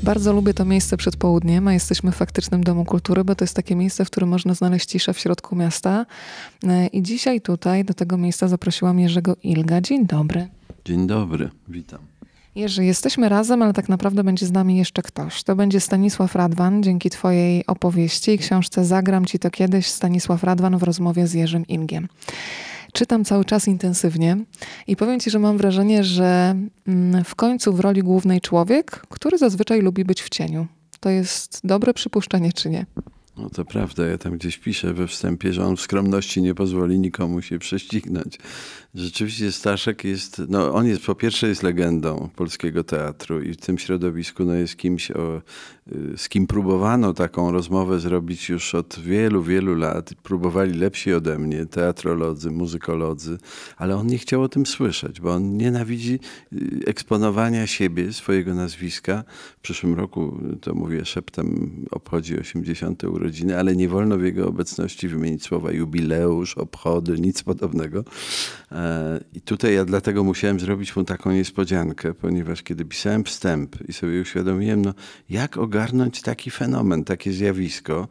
Bardzo lubię to miejsce przed południem, a jesteśmy w faktycznym Domu Kultury, bo to jest takie miejsce, w którym można znaleźć ciszę w środku miasta. I dzisiaj tutaj do tego miejsca zaprosiłam Jerzego Ilga. Dzień dobry. Dzień dobry, witam. Jerzy, jesteśmy razem, ale tak naprawdę będzie z nami jeszcze ktoś. To będzie Stanisław Radwan, dzięki twojej opowieści i książce Zagram ci to kiedyś. Stanisław Radwan w rozmowie z Jerzym Ilgiem. Czytam cały czas intensywnie i powiem ci, że mam wrażenie, że w końcu w roli głównej człowiek, który zazwyczaj lubi być w cieniu. To jest dobre przypuszczenie, czy nie? No to prawda, ja tam gdzieś piszę we wstępie, że on w skromności nie pozwoli nikomu się prześcignąć. Rzeczywiście Staszek jest, on jest, po pierwsze jest legendą polskiego teatru i w tym środowisku jest kimś, z kim próbowano taką rozmowę zrobić już od wielu, wielu lat. Próbowali lepsi ode mnie, teatrolodzy, muzykolodzy, ale on nie chciał o tym słyszeć, bo on nienawidzi eksponowania siebie, swojego nazwiska. W przyszłym roku, to mówię szeptem, obchodzi 80. urodziny, ale nie wolno w jego obecności wymienić słowa jubileusz, obchody, nic podobnego. I tutaj ja dlatego musiałem zrobić mu taką niespodziankę, ponieważ kiedy pisałem wstęp i sobie uświadomiłem, jak ogarnąć taki fenomen, takie zjawisko,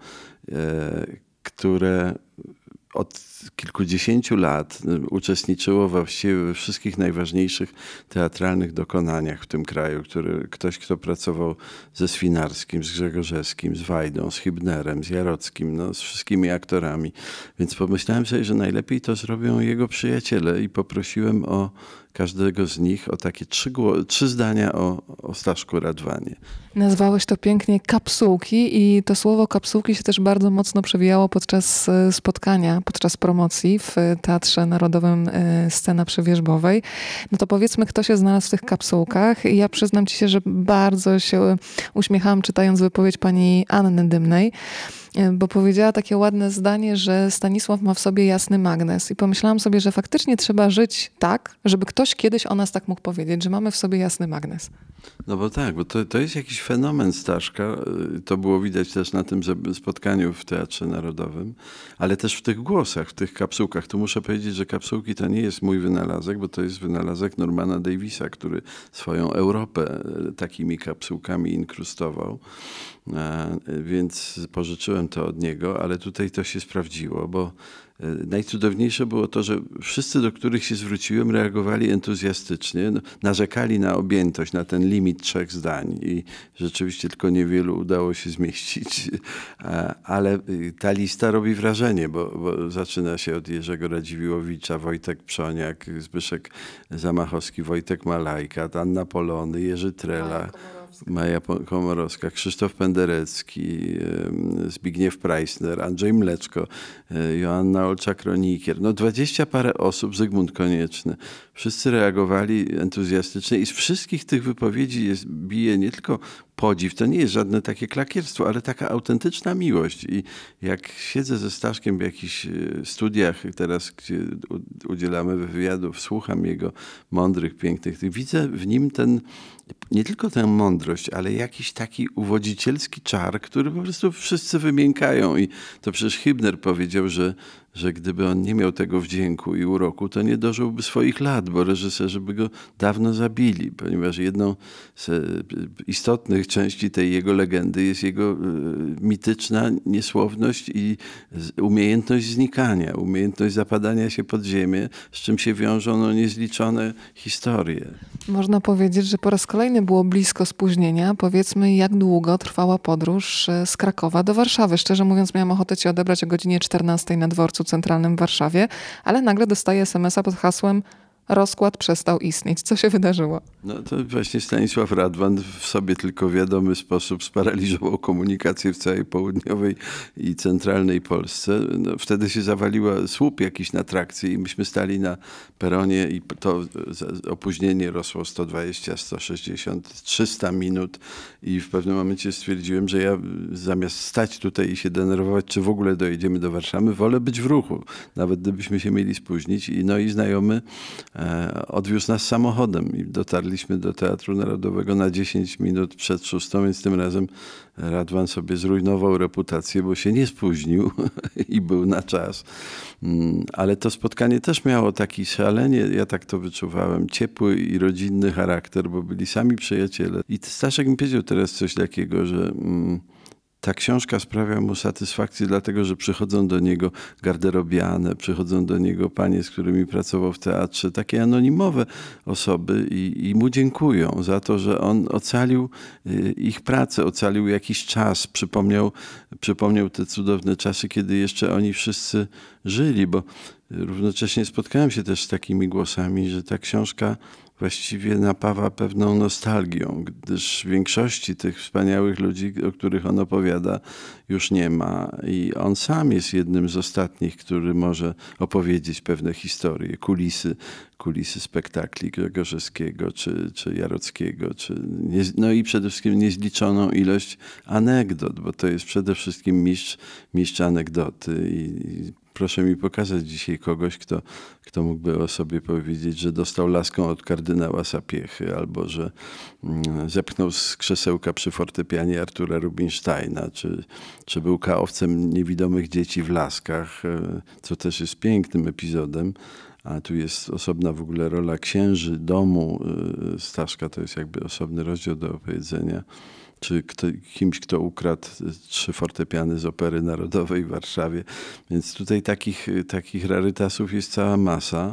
które od kilkudziesięciu lat uczestniczyło właściwie we wszystkich najważniejszych teatralnych dokonaniach w tym kraju. Ktoś, kto pracował ze Swinarskim, z Grzegorzewskim, z Wajdą, z Hübnerem, z Jarockim, z wszystkimi aktorami. Więc pomyślałem sobie, że najlepiej to zrobią jego przyjaciele i poprosiłem o każdego z nich o takie trzy zdania o Staszku Radwanie. Nazwałeś to pięknie kapsułki i to słowo kapsułki się też bardzo mocno przewijało podczas spotkania, podczas promocji w Teatrze Narodowym Scena Przywierzbowej. No to powiedzmy, kto się znalazł w tych kapsułkach. I ja przyznam ci się, że bardzo się uśmiechałam, czytając wypowiedź pani Anny Dymnej, bo powiedziała takie ładne zdanie, że Stanisław ma w sobie jasny magnes. I pomyślałam sobie, że faktycznie trzeba żyć tak, żeby ktoś kiedyś o nas tak mógł powiedzieć, że mamy w sobie jasny magnes. No bo tak, bo to jest jakiś fenomen Staszka. To było widać też na tym spotkaniu w Teatrze Narodowym, ale też w tych głosach, w tych kapsułkach. Tu muszę powiedzieć, że kapsułki to nie jest mój wynalazek, bo to jest wynalazek Normana Davisa, który swoją Europę takimi kapsułkami inkrustował. Więc pożyczyłem to od niego, ale tutaj to się sprawdziło, bo najcudowniejsze było to, że wszyscy, do których się zwróciłem, reagowali entuzjastycznie, narzekali na objętość, na ten limit 3 zdań i rzeczywiście tylko niewielu udało się zmieścić, ale ta lista robi wrażenie, bo zaczyna się od Jerzego Radziwiłłowicza, Wojtek Przoniak, Zbyszek Zamachowski, Wojtek Malajka, Anna Polony, Jerzy Trela, Maja Komorowska, Krzysztof Penderecki, Zbigniew Preissner, Andrzej Mleczko, Joanna Olczak-Ronikier. 20 parę osób, Zygmunt Konieczny. Wszyscy reagowali entuzjastycznie i z wszystkich tych wypowiedzi bije nie tylko podziw, to nie jest żadne takie klakierstwo, ale taka autentyczna miłość. I jak siedzę ze Staszkiem w jakichś studiach teraz, gdzie udzielamy wywiadów, słucham jego mądrych, pięknych, widzę w nim nie tylko tę mądrość, ale jakiś taki uwodzicielski czar, który po prostu wszyscy wymiękają. I to przecież Hübner powiedział, że gdyby on nie miał tego wdzięku i uroku, to nie dożyłby swoich lat, bo reżyserzy by go dawno zabili, ponieważ jedną z istotnych części tej jego legendy jest jego mityczna niesłowność i umiejętność znikania, umiejętność zapadania się pod ziemię, z czym się wiążą niezliczone historie. Można powiedzieć, że po raz kolejny było blisko spóźnienia. Powiedzmy, jak długo trwała podróż z Krakowa do Warszawy. Szczerze mówiąc, miałam ochotę cię odebrać o godzinie 14 na dworcu centralnym w Warszawie, ale nagle dostaję SMS-a pod hasłem rozkład przestał istnieć. Co się wydarzyło? To właśnie Stanisław Radwan w sobie tylko wiadomy sposób sparaliżował komunikację w całej południowej i centralnej Polsce. Wtedy się zawaliła słup jakiś na trakcji i myśmy stali na peronie i to opóźnienie rosło 120, 160, 300 minut i w pewnym momencie stwierdziłem, że ja zamiast stać tutaj i się denerwować, czy w ogóle dojedziemy do Warszawy, wolę być w ruchu, nawet gdybyśmy się mieli spóźnić. I znajomy odwiózł nas samochodem i dotarliśmy do Teatru Narodowego na 10 minut przed 6, więc tym razem Radwan sobie zrujnował reputację, bo się nie spóźnił i był na czas. Ale to spotkanie też miało taki szalenie, ja tak to wyczuwałem, ciepły i rodzinny charakter, bo byli sami przyjaciele. I Staszek mi powiedział teraz coś takiego, że ta książka sprawia mu satysfakcję, dlatego że przychodzą do niego garderobiane, przychodzą do niego panie, z którymi pracował w teatrze, takie anonimowe osoby i mu dziękują za to, że on ocalił ich pracę, ocalił jakiś czas, przypomniał te cudowne czasy, kiedy jeszcze oni wszyscy żyli, bo równocześnie spotkałem się też z takimi głosami, że ta książka właściwie napawa pewną nostalgią, gdyż większości tych wspaniałych ludzi, o których on opowiada, już nie ma. I on sam jest jednym z ostatnich, który może opowiedzieć pewne historie, kulisy spektakli Gorzewskiego czy Jarockiego. No i przede wszystkim niezliczoną ilość anegdot, bo to jest przede wszystkim mistrz anegdoty. I proszę mi pokazać dzisiaj kogoś, kto mógłby o sobie powiedzieć, że dostał laską od kardynała Sapiechy, albo że zepchnął z krzesełka przy fortepianie Artura Rubinsteina, czy był kaowcem niewidomych dzieci w Laskach, co też jest pięknym epizodem. A tu jest osobna w ogóle rola księży, domu Staszka, to jest jakby osobny rozdział do opowiedzenia. Czy kimś, kto ukradł 3 fortepiany z Opery Narodowej w Warszawie. Więc tutaj takich rarytasów jest cała masa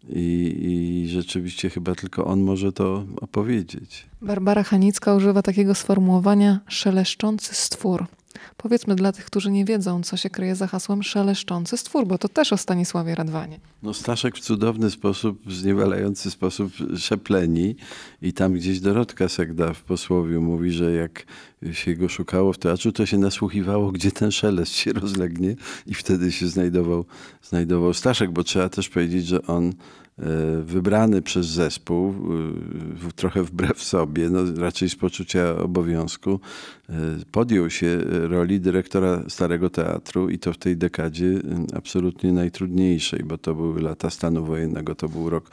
i rzeczywiście chyba tylko on może to opowiedzieć. Barbara Chanicka używa takiego sformułowania szeleszczący stwór. Powiedzmy dla tych, którzy nie wiedzą, co się kryje za hasłem szeleszczący stwór, bo to też o Stanisławie Radwanie. No Staszek w cudowny sposób, w zniewalający sposób szepleni i tam gdzieś Dorotka Segda w Posłowiu mówi, że jak się go szukało w teatrze, to się nasłuchiwało, gdzie ten szelest się rozlegnie i wtedy się znajdował Staszek, bo trzeba też powiedzieć, że on wybrany przez zespół, trochę wbrew sobie, no raczej z poczucia obowiązku, podjął się roli dyrektora Starego Teatru i to w tej dekadzie absolutnie najtrudniejszej, bo to były lata stanu wojennego, to był rok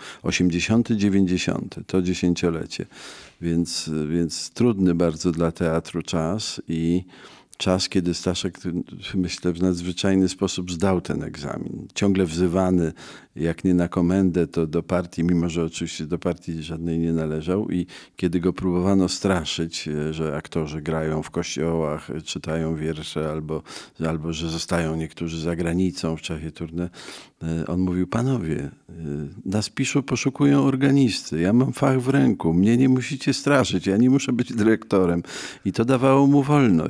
80-90, to dziesięciolecie, więc trudny bardzo dla teatru czas i czas, kiedy Staszek, myślę, w nadzwyczajny sposób zdał ten egzamin. Ciągle wzywany, jak nie na komendę, to do partii, mimo że oczywiście do partii żadnej nie należał. I kiedy go próbowano straszyć, że aktorzy grają w kościołach, czytają wiersze, albo że zostają niektórzy za granicą w czasie tournée, on mówił: panowie, na Spiszu poszukują organisty, ja mam fach w ręku, mnie nie musicie straszyć, ja nie muszę być dyrektorem. I to dawało mu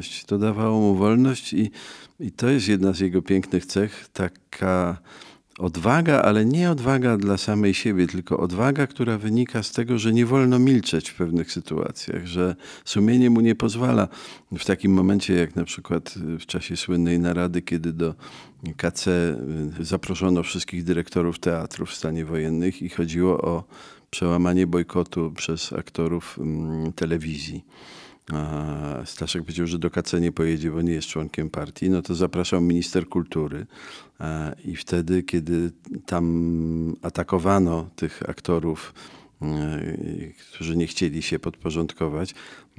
wolność, i to jest jedna z jego pięknych cech, taka odwaga, ale nie odwaga dla samej siebie, tylko odwaga, która wynika z tego, że nie wolno milczeć w pewnych sytuacjach, że sumienie mu nie pozwala w takim momencie, jak na przykład w czasie słynnej narady, kiedy do KC zaproszono wszystkich dyrektorów teatrów w stanie wojennych i chodziło o przełamanie bojkotu przez aktorów telewizji. Staszek powiedział, że do KC nie pojedzie, bo nie jest członkiem partii. No to zapraszał minister kultury i wtedy, kiedy tam atakowano tych aktorów, którzy nie chcieli się podporządkować,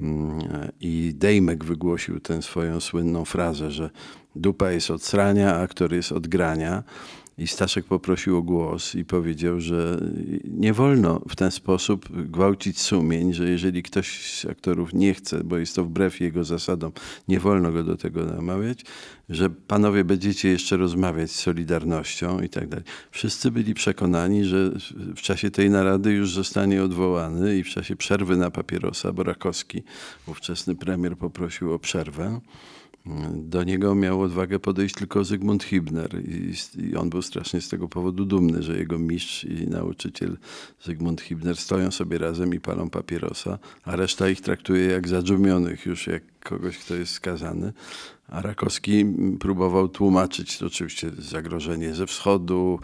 i Dejmek wygłosił tę swoją słynną frazę, że dupa jest od srania, a aktor jest od grania. I Staszek poprosił o głos i powiedział, że nie wolno w ten sposób gwałcić sumień, że jeżeli ktoś z aktorów nie chce, bo jest to wbrew jego zasadom, nie wolno go do tego namawiać, że panowie będziecie jeszcze rozmawiać z Solidarnością i tak dalej. Wszyscy byli przekonani, że w czasie tej narady już zostanie odwołany i w czasie przerwy na papierosa, bo Rakowski, ówczesny premier, poprosił o przerwę. Do niego miał odwagę podejść tylko Zygmunt Hibner i on był strasznie z tego powodu dumny, że jego mistrz i nauczyciel Zygmunt Hibner stoją sobie razem i palą papierosa, a reszta ich traktuje jak zadżumionych, już jak kogoś, kto jest skazany. A Rakowski próbował tłumaczyć, to oczywiście zagrożenie ze wschodu,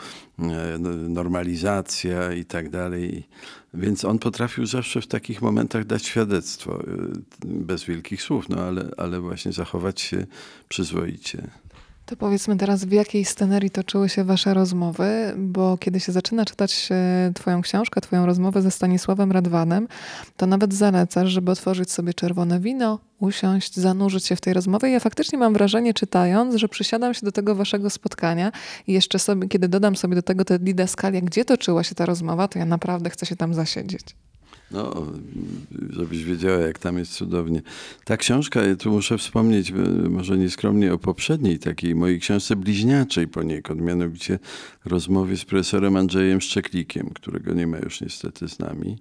normalizacja i tak dalej. Więc on potrafił zawsze w takich momentach dać świadectwo, bez wielkich słów, no ale właśnie zachować się przyzwoicie. To powiedzmy teraz, w jakiej scenerii toczyły się wasze rozmowy, bo kiedy się zaczyna czytać twoją książkę, twoją rozmowę ze Stanisławem Radwanem, to nawet zalecasz, żeby otworzyć sobie czerwone wino, usiąść, zanurzyć się w tej rozmowie. Ja faktycznie mam wrażenie, czytając, że przysiadam się do tego waszego spotkania i jeszcze sobie, kiedy dodam sobie do tego te didaskalia, gdzie toczyła się ta rozmowa, to ja naprawdę chcę się tam zasiedzieć. No, żebyś wiedziała, jak tam jest cudownie. Ta książka, tu muszę wspomnieć, może nieskromnie, o poprzedniej takiej mojej książce bliźniaczej poniekąd, mianowicie rozmowie z profesorem Andrzejem Szczeklikiem, którego nie ma już niestety z nami.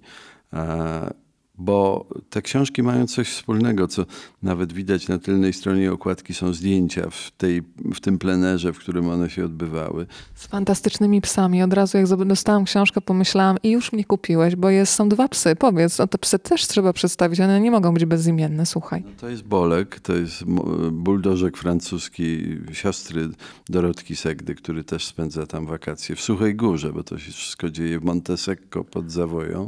Bo te książki mają coś wspólnego, co nawet widać na tylnej stronie okładki, są zdjęcia w tym plenerze, w którym one się odbywały. Z fantastycznymi psami. Od razu jak dostałam książkę, pomyślałam i już mnie kupiłeś, bo są 2 psy. Powiedz, te psy też trzeba przedstawić, one nie mogą być bezimienne, słuchaj. No to jest Bolek, to jest buldożek francuski siostry Dorotki Segdy, który też spędza tam wakacje w Suchej Górze, bo to się wszystko dzieje w Montesecco pod Zawoją.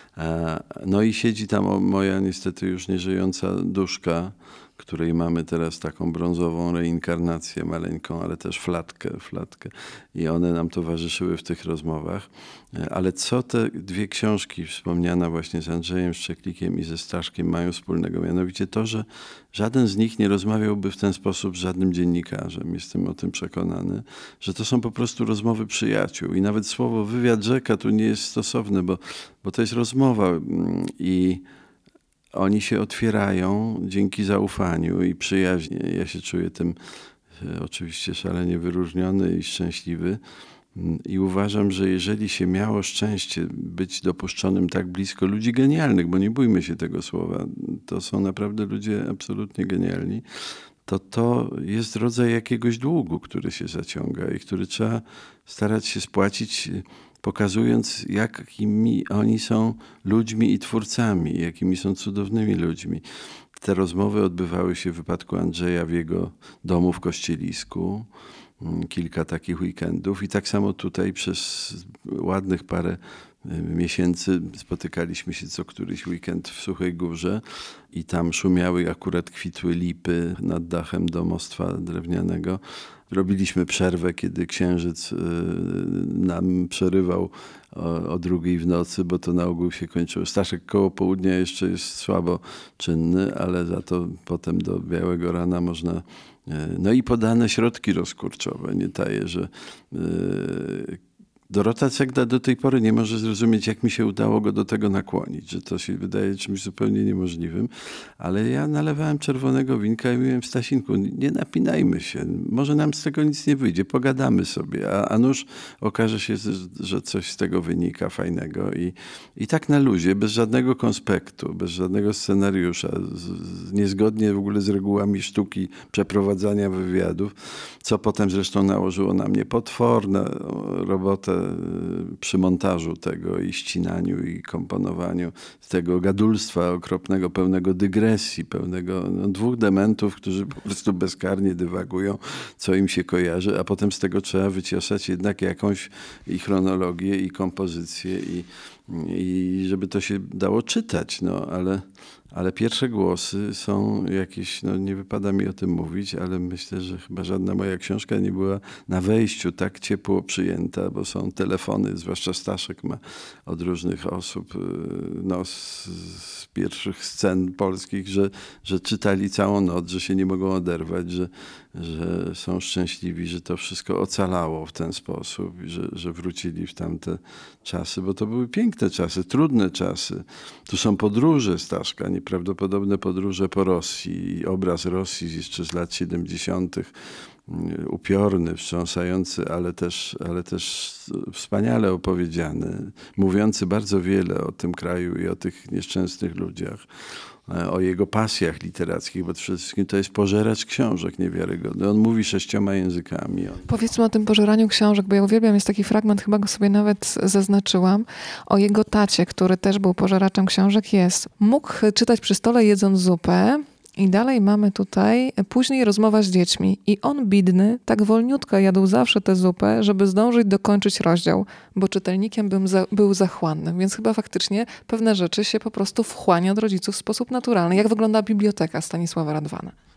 No i siedzi tam moja niestety już nieżyjąca duszka, której mamy teraz taką brązową reinkarnację maleńką, ale też flatkę. I one nam towarzyszyły w tych rozmowach. Ale co te 2 książki, wspomniana właśnie z Andrzejem Szczeklikiem i ze Staszkiem, mają wspólnego? Mianowicie to, że żaden z nich nie rozmawiałby w ten sposób z żadnym dziennikarzem. Jestem o tym przekonany, że to są po prostu rozmowy przyjaciół. I nawet słowo wywiad rzeka tu nie jest stosowne, bo to jest rozmowa i oni się otwierają dzięki zaufaniu i przyjaźni. Ja się czuję tym oczywiście szalenie wyróżniony i szczęśliwy. I uważam, że jeżeli się miało szczęście być dopuszczonym tak blisko ludzi genialnych, bo nie bójmy się tego słowa, to są naprawdę ludzie absolutnie genialni, to jest rodzaj jakiegoś długu, który się zaciąga i który trzeba starać się spłacić, pokazując, jakimi oni są ludźmi i twórcami, jakimi są cudownymi ludźmi. Te rozmowy odbywały się w wypadku Andrzeja w jego domu w Kościelisku. Kilka takich weekendów i tak samo tutaj przez ładnych parę miesięcy spotykaliśmy się co któryś weekend w Suchej Górze i tam szumiały, akurat kwitły lipy nad dachem domostwa drewnianego. Robiliśmy przerwę, kiedy księżyc nam przerywał o 2 w nocy, bo to na ogół się kończyło. Staszek koło południa jeszcze jest słabo czynny, ale za to potem do białego rana można... No i podane środki rozkurczowe. Nie taję, że Dorota Segda do tej pory nie może zrozumieć, jak mi się udało go do tego nakłonić, że to się wydaje czymś zupełnie niemożliwym. Ale ja nalewałem czerwonego winka i mówiłem: Stasinku, nie napinajmy się, może nam z tego nic nie wyjdzie, pogadamy sobie, a nuż okaże się, że coś z tego wynika fajnego. I tak na luzie, bez żadnego konspektu, bez żadnego scenariusza, niezgodnie w ogóle z regułami sztuki przeprowadzania wywiadów, co potem zresztą nałożyło na mnie potworną robotę przy montażu tego i ścinaniu i komponowaniu z tego gadulstwa okropnego, pełnego dygresji, pełnego 2 dementów, którzy po prostu bezkarnie dywagują, co im się kojarzy, a potem z tego trzeba wycieszać jednak jakąś i chronologię, i kompozycję, i żeby to się dało czytać, no ale pierwsze głosy są jakieś, no nie wypada mi o tym mówić, ale myślę, że chyba żadna moja książka nie była na wejściu tak ciepło przyjęta, bo są telefony, zwłaszcza Staszek ma od różnych osób, no z pierwszych scen polskich, że czytali całą noc, że się nie mogą oderwać, że są szczęśliwi, że to wszystko ocalało w ten sposób, że wrócili w tamte czasy, bo to były piękne czasy, trudne czasy. Tu są podróże Staszka, nieprawdopodobne podróże po Rosji i obraz Rosji jeszcze z lat 70. Upiorny, wstrząsający, ale też wspaniale opowiedziany, mówiący bardzo wiele o tym kraju i o tych nieszczęsnych ludziach, o jego pasjach literackich, bo przede wszystkim to jest pożeracz książek niewiarygodny. On mówi 6 językami. Powiedzmy o tym pożeraniu książek, bo ja uwielbiam, jest taki fragment, chyba go sobie nawet zaznaczyłam, o jego tacie, który też był pożeraczem książek, jest. Mógł czytać przy stole jedząc zupę. I dalej mamy tutaj później rozmowa z dziećmi. I on, bidny, tak wolniutko jadł zawsze tę zupę, żeby zdążyć dokończyć rozdział, bo czytelnikiem był zachłannym. Więc chyba faktycznie pewne rzeczy się po prostu wchłania od rodziców w sposób naturalny. Jak wygląda biblioteka Stanisława Radwana?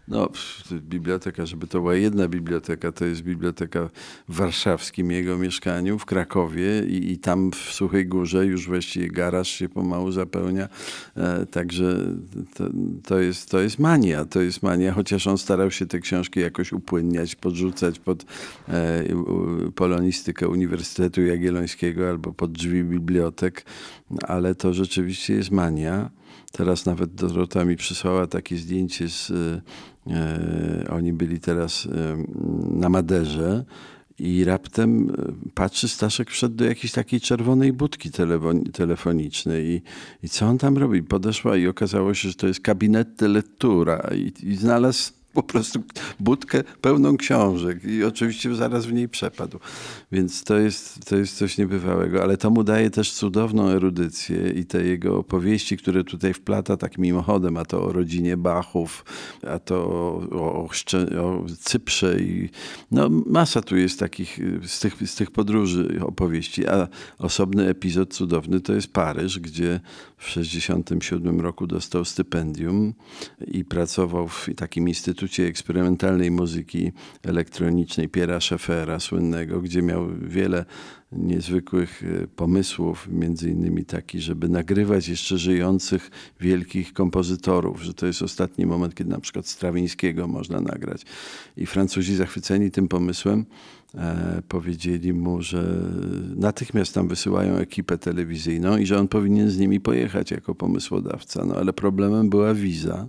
No, biblioteka, żeby to była jedna biblioteka, to jest biblioteka w warszawskim jego mieszkaniu, w Krakowie i tam w Suchej Górze już właściwie garaż się pomału zapełnia. Także to jest mania, chociaż on starał się te książki jakoś upłynniać, podrzucać pod polonistykę Uniwersytetu Jagiellońskiego albo pod drzwi bibliotek, ale to rzeczywiście jest mania. Teraz nawet Dorota mi przysłała takie zdjęcie oni byli teraz na Maderze i raptem patrzy, Staszek wszedł do jakiejś takiej czerwonej budki telefonicznej i co on tam robi? Podeszła i okazało się, że to jest gabinet de lectura i znalazł po prostu budkę pełną książek i oczywiście zaraz w niej przepadł. Więc to jest coś niebywałego, ale to mu daje też cudowną erudycję i te jego opowieści, które tutaj wplata tak mimochodem, a to o rodzinie Bachów, a to o Cyprze i no masa tu jest takich z tych podróży opowieści, a osobny epizod cudowny to jest Paryż, gdzie w 1967 roku dostał stypendium i pracował w takim instytucie eksperymentalnej muzyki elektronicznej Pierre'a Schaeffera słynnego, gdzie miał wiele niezwykłych pomysłów, między innymi taki, żeby nagrywać jeszcze żyjących wielkich kompozytorów, że to jest ostatni moment, kiedy na przykład Strawińskiego można nagrać. I Francuzi zachwyceni tym pomysłem powiedzieli mu, że natychmiast tam wysyłają ekipę telewizyjną i że on powinien z nimi pojechać jako pomysłodawca. No ale problemem była wiza.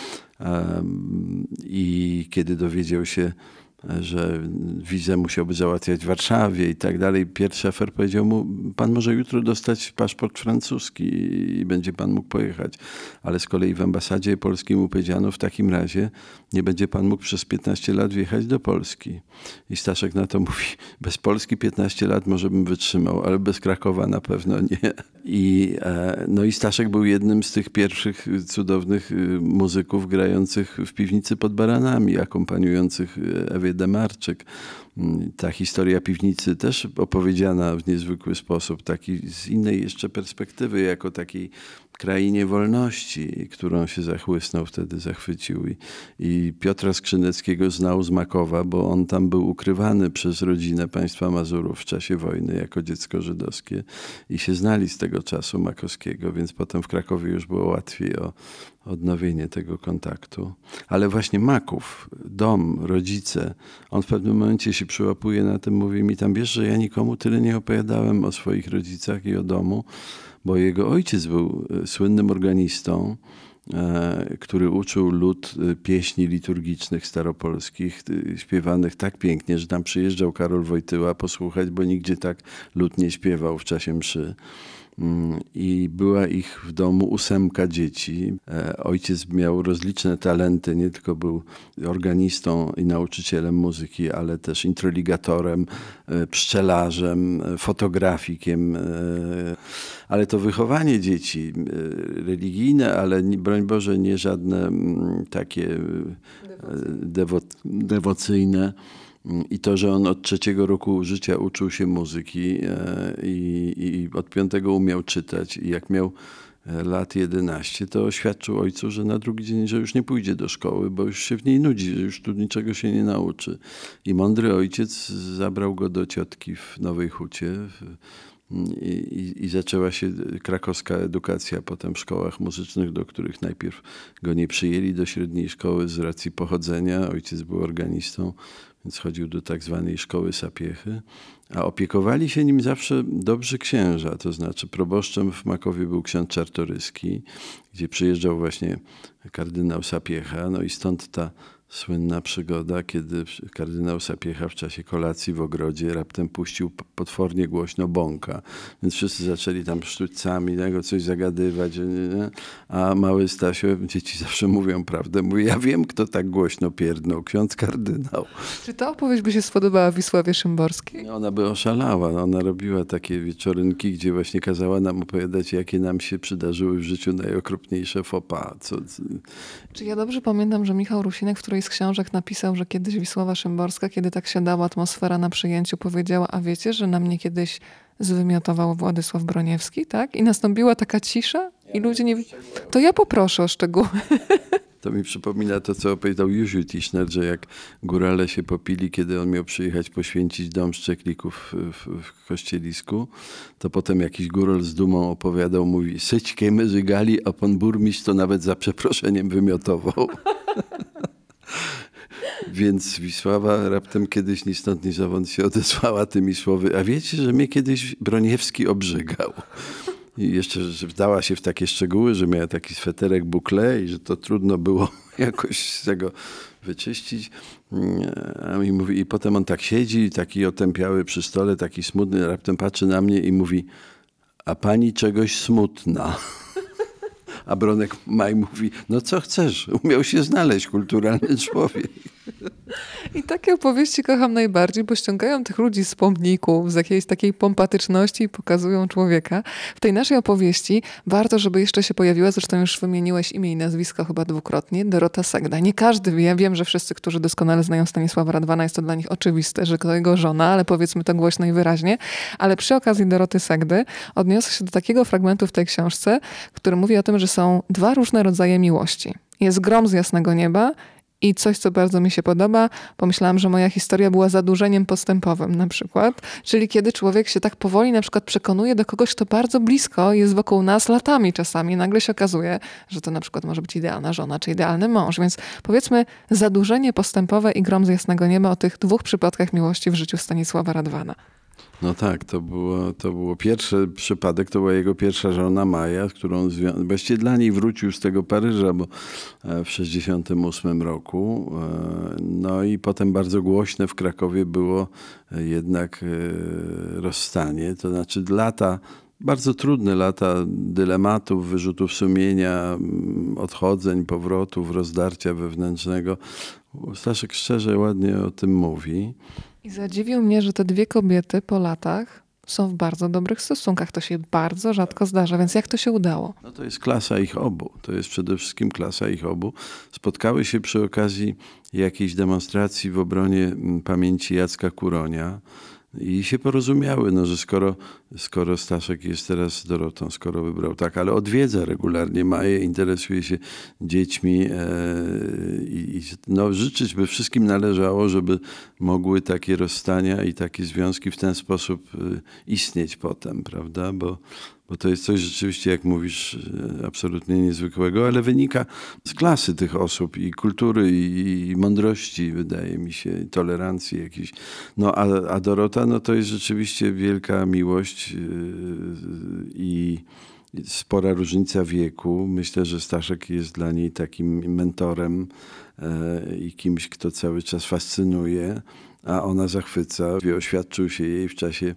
I kiedy dowiedział się, że wizę musiałby załatwiać w Warszawie i tak dalej, Pierre Schaeffer powiedział mu, pan może jutro dostać paszport francuski i będzie pan mógł pojechać. Ale z kolei w ambasadzie polskiej mu powiedziano, w takim razie nie będzie pan mógł przez 15 lat wjechać do Polski. I Staszek na to mówi, bez Polski 15 lat może bym wytrzymał, ale bez Krakowa na pewno nie. No i Staszek był jednym z tych pierwszych cudownych muzyków grających w piwnicy pod Baranami, akompaniujących Ewie Demarczyk. Ta historia piwnicy też opowiedziana w niezwykły sposób, taki z innej jeszcze perspektywy, jako takiej krainie wolności, którą się zachłysnął, wtedy zachwycił. I Piotra Skrzyneckiego znał z Makowa, bo on tam był ukrywany przez rodzinę państwa Mazurów w czasie wojny jako dziecko żydowskie i się znali z tego czasu makowskiego, więc potem w Krakowie już było łatwiej o odnowienie tego kontaktu. Ale właśnie Maków, dom, rodzice, on w pewnym momencie się przyłapuje na tym, mówi mi tam, wiesz, że ja nikomu tyle nie opowiadałem o swoich rodzicach i o domu, bo jego ojciec był słynnym organistą, który uczył lud pieśni liturgicznych staropolskich, śpiewanych tak pięknie, że tam przyjeżdżał Karol Wojtyła posłuchać, bo nigdzie tak lud nie śpiewał w czasie mszy. I była ich w domu 8 dzieci. Ojciec miał rozliczne talenty, nie tylko był organistą i nauczycielem muzyki, ale też introligatorem, pszczelarzem, fotografikiem. Ale to wychowanie dzieci religijne, ale broń Boże nie żadne takie dewocyjne. I to, że on od 3 roku życia uczył się muzyki i od 5 umiał czytać i jak miał lat 11, to oświadczył ojcu, że na drugi dzień, że już nie pójdzie do szkoły, bo już się w niej nudzi, że już tu niczego się nie nauczy. I mądry ojciec zabrał go do ciotki w Nowej Hucie i zaczęła się krakowska edukacja potem w szkołach muzycznych, do których najpierw go nie przyjęli do średniej szkoły z racji pochodzenia. Ojciec był organistą, więc chodził do tak zwanej szkoły Sapiechy, a opiekowali się nim zawsze dobrzy księża, to znaczy proboszczem w Makowie był ksiądz Czartoryski, gdzie przyjeżdżał właśnie kardynał Sapiecha, no i stąd ta słynna przygoda, kiedy kardynał Sapiecha w czasie kolacji w ogrodzie raptem puścił potwornie głośno bąka. Więc wszyscy zaczęli tam sztućcami coś zagadywać. Nie? A mały Stasio, dzieci zawsze mówią prawdę, mówi, ja wiem, kto tak głośno pierdnął, ksiądz kardynał. Czy ta opowieść by się spodobała Wisławie Szymborskiej? Ona by oszalała. Ona robiła takie wieczorynki, gdzie właśnie kazała nam opowiadać, jakie nam się przydarzyły w życiu najokropniejsze faux pas. Czy ja dobrze pamiętam, że Michał Rusinek w którejś z książek napisał, że kiedyś Wisława Szymborska, kiedy tak siadała atmosfera na przyjęciu, powiedziała, a wiecie, że na mnie kiedyś zwymiotował Władysław Broniewski, tak? I nastąpiła taka cisza i ludzie nie... To ja poproszę o szczegóły. To mi przypomina to, co opowiadał Józef Tischner, że jak górale się popili, kiedy on miał przyjechać poświęcić dom Szczeklików w Kościelisku, to potem jakiś góral z dumą opowiadał, mówi, syćkiemy żygali, a pan burmistrz to nawet za przeproszeniem wymiotował. Więc Wisława raptem kiedyś ni stąd, ni zowąd się odezwała tymi słowy. A wiecie, że mnie kiedyś Broniewski obrzygał. I jeszcze, że wdała się w takie szczegóły, że miała taki sweterek bouclé i że to trudno było jakoś z tego wyczyścić. A mi mówi, i potem on tak siedzi, taki otępiały przy stole, taki smutny, raptem patrzy na mnie i mówi, a pani czegoś smutna. A Bronek Maj mówi, no co chcesz, umiał się znaleźć, kulturalny człowiek. I takie opowieści kocham najbardziej, bo ściągają tych ludzi z pomników, z jakiejś takiej pompatyczności i pokazują człowieka. W tej naszej opowieści warto, żeby jeszcze się pojawiła, zresztą już wymieniłeś imię i nazwisko chyba dwukrotnie, Dorota Segda. Nie każdy wie, ja wiem, że wszyscy, którzy doskonale znają Stanisława Radwana, jest to dla nich oczywiste, że to jego żona, ale powiedzmy to głośno i wyraźnie. Ale przy okazji Doroty Segdy odniosę się do takiego fragmentu w tej książce, który mówi o tym, że są dwa różne rodzaje miłości. Jest grom z jasnego nieba i coś, co bardzo mi się podoba, pomyślałam, że moja historia była zadłużeniem postępowym na przykład. Czyli kiedy człowiek się tak powoli na przykład przekonuje do kogoś, kto bardzo blisko jest wokół nas latami czasami. Nagle się okazuje, że to na przykład może być idealna żona czy idealny mąż. Więc powiedzmy zadłużenie postępowe i grom z jasnego nieba o tych dwóch przypadkach miłości w życiu Stanisława Radwana. No tak, to było pierwszy przypadek, to była jego pierwsza żona Maja, z którą właściwie dla niej wrócił z tego Paryża, bo w 1968 roku. No i potem bardzo głośne w Krakowie było jednak rozstanie, to znaczy bardzo trudne lata dylematów, wyrzutów sumienia, odchodzeń, powrotów, rozdarcia wewnętrznego. Staszek szczerze, ładnie o tym mówi. I zadziwił mnie, że te dwie kobiety po latach są w bardzo dobrych stosunkach. To się bardzo rzadko zdarza, więc jak to się udało? No to jest klasa ich obu. To jest przede wszystkim klasa ich obu. Spotkały się przy okazji jakiejś demonstracji w obronie pamięci Jacka Kuronia i się porozumiały, no, że skoro Staszek jest teraz z Dorotą, skoro wybrał tak, ale odwiedza regularnie Maję, interesuje się dziećmi no, życzyć by wszystkim należało, żeby mogły takie rozstania i takie związki w ten sposób istnieć potem, prawda? Bo to jest coś rzeczywiście, jak mówisz, absolutnie niezwykłego, ale wynika z klasy tych osób i kultury i mądrości, wydaje mi się, i tolerancji jakiejś. No a Dorota, no to jest rzeczywiście wielka miłość i spora różnica wieku. Myślę, że Staszek jest dla niej takim mentorem i kimś, kto cały czas fascynuje, a ona zachwyca. Oświadczył się jej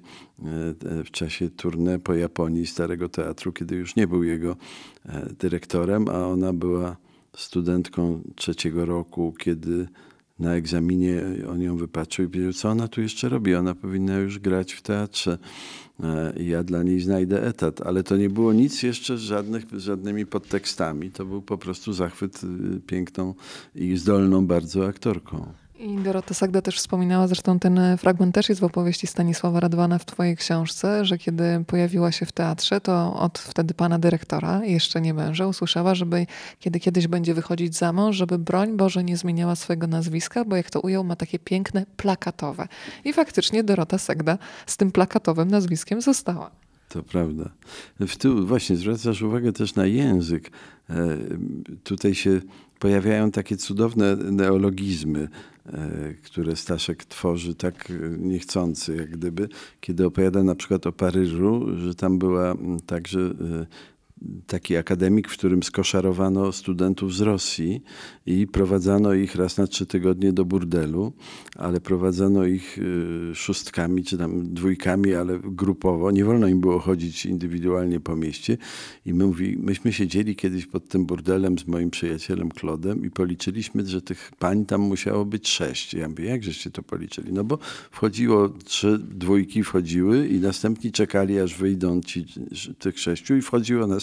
w czasie tournée po Japonii Starego Teatru, kiedy już nie był jego dyrektorem, a ona była studentką 3. roku, kiedy na egzaminie on ją wypatrzył i powiedział, co ona tu jeszcze robi? Ona powinna już grać w teatrze. Ja dla niej znajdę etat. Ale to nie było nic jeszcze z żadnymi podtekstami. To był po prostu zachwyt piękną i zdolną bardzo aktorką. I Dorota Segda też wspominała, zresztą ten fragment też jest w opowieści Stanisława Radwana w twojej książce, że kiedy pojawiła się w teatrze, to od wtedy pana dyrektora, jeszcze nie męża, usłyszała, żeby kiedy kiedyś będzie wychodzić za mąż, żeby broń Boże nie zmieniała swojego nazwiska, bo jak to ujął, ma takie piękne, plakatowe. I faktycznie Dorota Segda z tym plakatowym nazwiskiem została. To prawda. Tu właśnie zwracasz uwagę też na język. Tutaj się pojawiają takie cudowne neologizmy, które Staszek tworzy tak niechcący, jak gdyby, kiedy opowiada na przykład o Paryżu, że tam była także taki akademik, w którym skoszarowano studentów z Rosji i prowadzano ich raz na 3 tygodnie do burdelu, ale prowadzano ich szóstkami czy tam dwójkami, ale grupowo. Nie wolno im było chodzić indywidualnie po mieście. I myśmy siedzieli kiedyś pod tym burdelem z moim przyjacielem Claudem i policzyliśmy, że tych pań tam musiało być 6. Ja mówię, jak żeście to policzyli? No bo wchodziło 3 dwójki wchodziły i następni czekali, aż wyjdą tych 6 i wchodziło następnie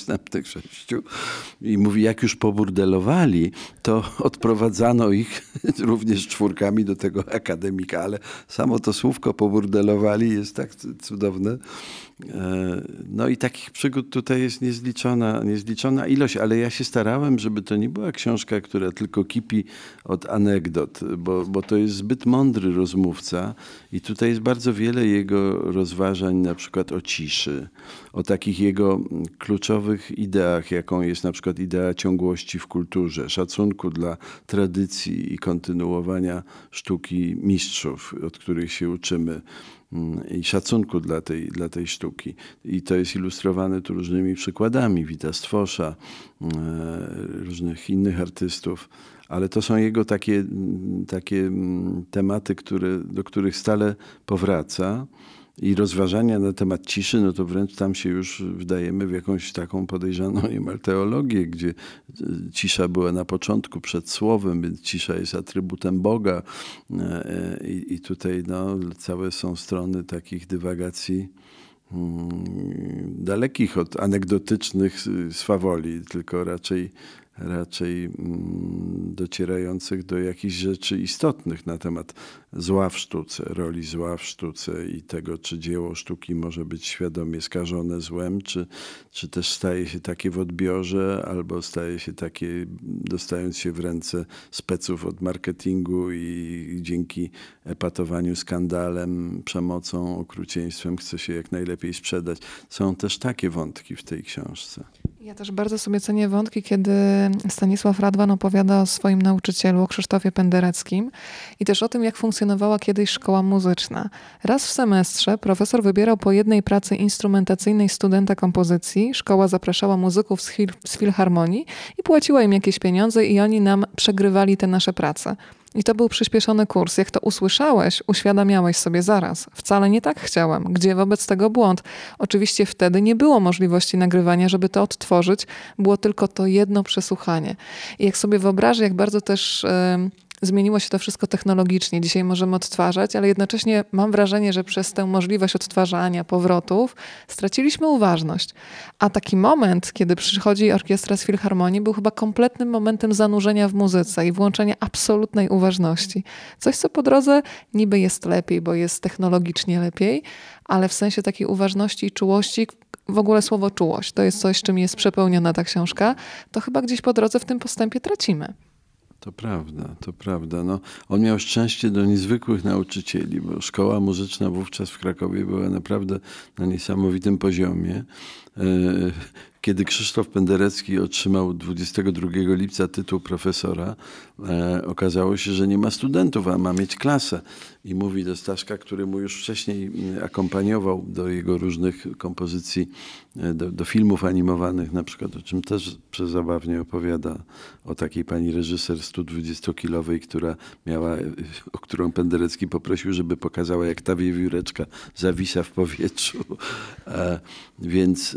następnych 6. I mówi, jak już poburdelowali, to odprowadzano ich również 4 do tego akademika, ale samo to słówko poburdelowali jest tak cudowne. No i takich przygód tutaj jest niezliczona ilość, ale ja się starałem, żeby to nie była książka, która tylko kipi od anegdot, bo to jest zbyt mądry rozmówca i tutaj jest bardzo wiele jego rozważań, na przykład o ciszy, o takich jego kluczowych ideach, jaką jest na przykład idea ciągłości w kulturze, szacunku dla tradycji i kontynuowania sztuki mistrzów, od których się uczymy, i szacunku dla tej sztuki. I to jest ilustrowane tu różnymi przykładami, Wita Stwosza, różnych innych artystów, ale to są jego takie tematy, do których stale powraca. I rozważania na temat ciszy, no to wręcz tam się już wdajemy w jakąś taką podejrzaną niemal teologię, gdzie cisza była na początku przed słowem, więc cisza jest atrybutem Boga. I tutaj no, całe są strony takich dywagacji dalekich od anegdotycznych swawoli, tylko raczej docierających do jakichś rzeczy istotnych na temat zła w sztuce, roli zła w sztuce i tego, czy dzieło sztuki może być świadomie skażone złem, czy też staje się takie w odbiorze, albo staje się takie, dostając się w ręce speców od marketingu i dzięki epatowaniu skandalem, przemocą, okrucieństwem chce się jak najlepiej sprzedać. Są też takie wątki w tej książce. Ja też bardzo sobie cenię wątki, kiedy Stanisław Radwan opowiada o swoim nauczycielu, o Krzysztofie Pendereckim i też o tym, jak funkcjonowała kiedyś szkoła muzyczna. Raz w semestrze profesor wybierał po jednej pracy instrumentacyjnej studenta kompozycji, szkoła zapraszała muzyków z filharmonii i płaciła im jakieś pieniądze i oni nam przegrywali te nasze prace. I to był przyspieszony kurs. Jak to usłyszałeś, uświadamiałeś sobie zaraz. Wcale nie tak chciałem. Gdzie wobec tego błąd? Oczywiście wtedy nie było możliwości nagrywania, żeby to odtworzyć. Było tylko to jedno przesłuchanie. I jak sobie wyobrażę, jak bardzo też zmieniło się to wszystko technologicznie. Dzisiaj możemy odtwarzać, ale jednocześnie mam wrażenie, że przez tę możliwość odtwarzania, powrotów straciliśmy uważność. A taki moment, kiedy przychodzi orkiestra z filharmonii, był chyba kompletnym momentem zanurzenia w muzyce i włączenia absolutnej uważności. Coś, co po drodze niby jest lepiej, bo jest technologicznie lepiej, ale w sensie takiej uważności i czułości, w ogóle słowo czułość, to jest coś, czym jest przepełniona ta książka, to chyba gdzieś po drodze w tym postępie tracimy. To prawda, to prawda. No, on miał szczęście do niezwykłych nauczycieli, bo szkoła muzyczna wówczas w Krakowie była naprawdę na niesamowitym poziomie. Kiedy Krzysztof Penderecki otrzymał 22 lipca tytuł profesora, okazało się, że nie ma studentów, a ma mieć klasę. I mówi do Staszka, który mu już wcześniej akompaniował do jego różnych kompozycji, do filmów animowanych na przykład, o czym też przezabawnie opowiada, o takiej pani reżyser 120-kilowej, o którą Penderecki poprosił, żeby pokazała, jak ta wiewióreczka zawisa w powietrzu. Więc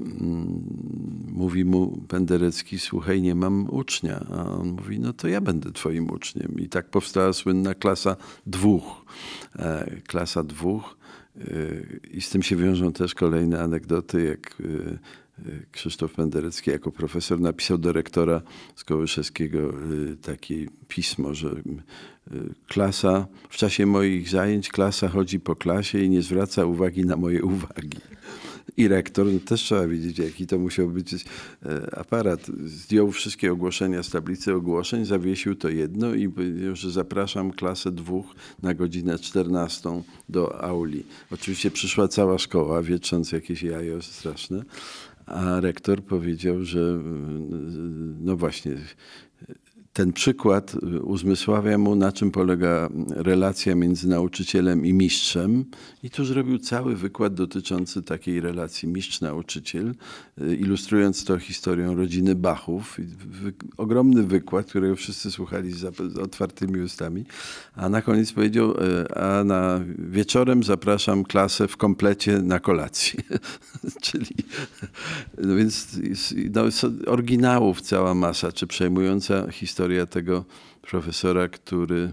mówi mu Penderecki, słuchaj, nie mam ucznia. A on mówi, no to ja będę twoim uczniem. I tak powstała słynna klasa 2. Klasa 2. I z tym się wiążą też kolejne anegdoty, jak Krzysztof Penderecki jako profesor napisał do rektora Skołyszewskiego takie pismo, że klasa, w czasie moich zajęć klasa chodzi po klasie i nie zwraca uwagi na moje uwagi. I rektor, no też trzeba wiedzieć, jaki to musiał być aparat. Zdjął wszystkie ogłoszenia z tablicy ogłoszeń, zawiesił to jedno i powiedział, że zapraszam klasę 2 na godzinę 14 do auli. Oczywiście przyszła cała szkoła, wietrząc jakieś jajo straszne, a rektor powiedział, że no właśnie, ten przykład uzmysławia mu, na czym polega relacja między nauczycielem i mistrzem. I tu zrobił cały wykład dotyczący takiej relacji mistrz-nauczyciel, ilustrując to historią rodziny Bachów. Ogromny wykład, którego wszyscy słuchali z otwartymi ustami. A na koniec powiedział, a na wieczorem zapraszam klasę w komplecie na kolację. Czyli, no więc no, oryginałów cała masa, czy przejmująca historia tego profesora, który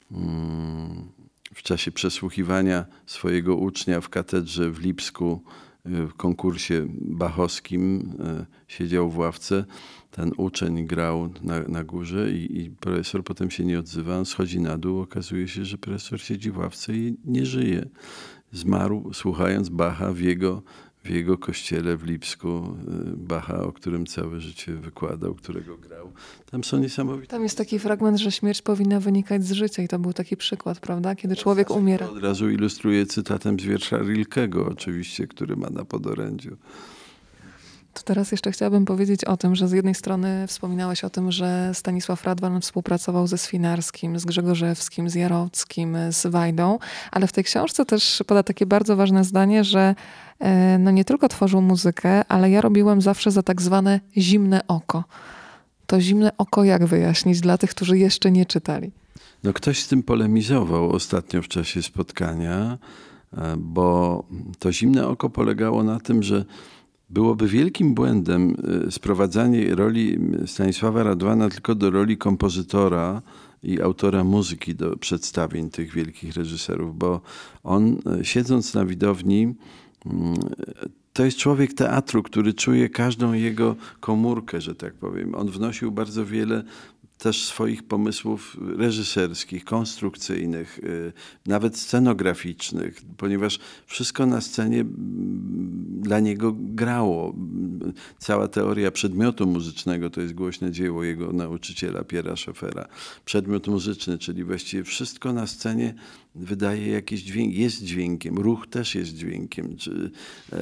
w czasie przesłuchiwania swojego ucznia w katedrze w Lipsku w konkursie bachowskim siedział w ławce, ten uczeń grał na górze i profesor potem się nie odzywa, on schodzi na dół, okazuje się, że profesor siedzi w ławce i nie żyje. Zmarł słuchając Bacha w jego kościele w Lipsku, Bacha, o którym całe życie wykładał, którego grał. Tam są niesamowite. Tam jest taki fragment, że śmierć powinna wynikać z życia i to był taki przykład, prawda? Kiedy człowiek umiera. Od razu ilustruje cytatem z wiersza Rilkego oczywiście, który ma na podorędziu. To teraz jeszcze chciałabym powiedzieć o tym, że z jednej strony wspominałeś o tym, że Stanisław Radwan współpracował ze Swinarskim, z Grzegorzewskim, z Jarockim, z Wajdą, ale w tej książce też pada takie bardzo ważne zdanie, że no nie tylko tworzył muzykę, ale ja robiłem zawsze za tak zwane zimne oko. To zimne oko jak wyjaśnić dla tych, którzy jeszcze nie czytali? No ktoś z tym polemizował ostatnio w czasie spotkania, bo to zimne oko polegało na tym, że byłoby wielkim błędem sprowadzanie roli Stanisława Radwana tylko do roli kompozytora i autora muzyki do przedstawień tych wielkich reżyserów, bo on siedząc na widowni, to jest człowiek teatru, który czuje każdą jego komórkę, że tak powiem. On wnosił bardzo wiele też swoich pomysłów reżyserskich, konstrukcyjnych, nawet scenograficznych, ponieważ wszystko na scenie dla niego grało. Cała teoria przedmiotu muzycznego to jest głośne dzieło jego nauczyciela Pierre'a Schaeffera. Przedmiot muzyczny, czyli właściwie wszystko na scenie wydaje jakiś dźwięk, jest dźwiękiem, ruch też jest dźwiękiem, czy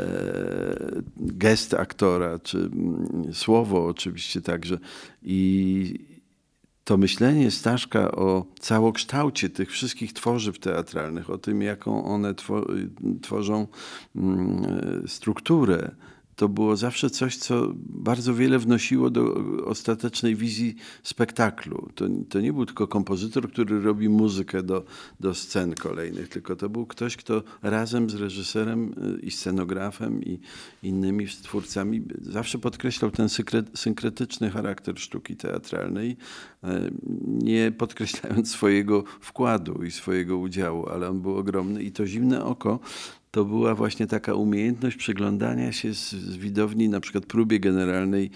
gest aktora, czy słowo oczywiście także. I to myślenie Staszka o całokształcie tych wszystkich tworzyw teatralnych, o tym, jaką one tworzą strukturę, to było zawsze coś, co bardzo wiele wnosiło do ostatecznej wizji spektaklu. To nie był tylko kompozytor, który robi muzykę do scen kolejnych, tylko to był ktoś, kto razem z reżyserem i scenografem i innymi twórcami zawsze podkreślał ten synkretyczny charakter sztuki teatralnej, nie podkreślając swojego wkładu i swojego udziału, ale on był ogromny i to zimne oko to była właśnie taka umiejętność przyglądania się z widowni, na przykład próbie generalnej,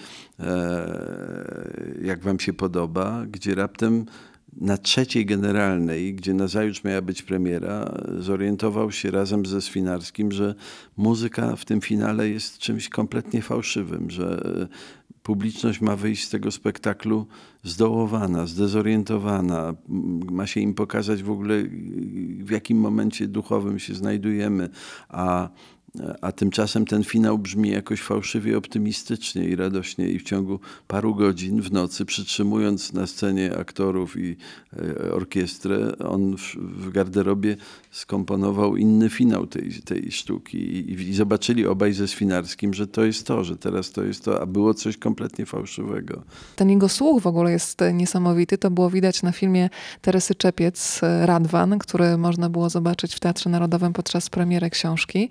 jak wam się podoba, gdzie raptem na trzeciej generalnej, gdzie nazajutrz miała być premiera, zorientował się razem ze Swinarskim, że muzyka w tym finale jest czymś kompletnie fałszywym, że publiczność ma wyjść z tego spektaklu zdołowana, zdezorientowana. Ma się im pokazać w ogóle, w jakim momencie duchowym się znajdujemy, a tymczasem ten finał brzmi jakoś fałszywie optymistycznie i radośnie i w ciągu paru godzin w nocy, przytrzymując na scenie aktorów i orkiestrę, on w garderobie skomponował inny finał tej sztuki i zobaczyli obaj ze Swinarskim, że to jest to, że teraz to jest to, a było coś kompletnie fałszywego. Ten jego słuch w ogóle jest niesamowity. To było widać na filmie Teresy Czepiec, Radwan, który można było zobaczyć w Teatrze Narodowym podczas premiery książki.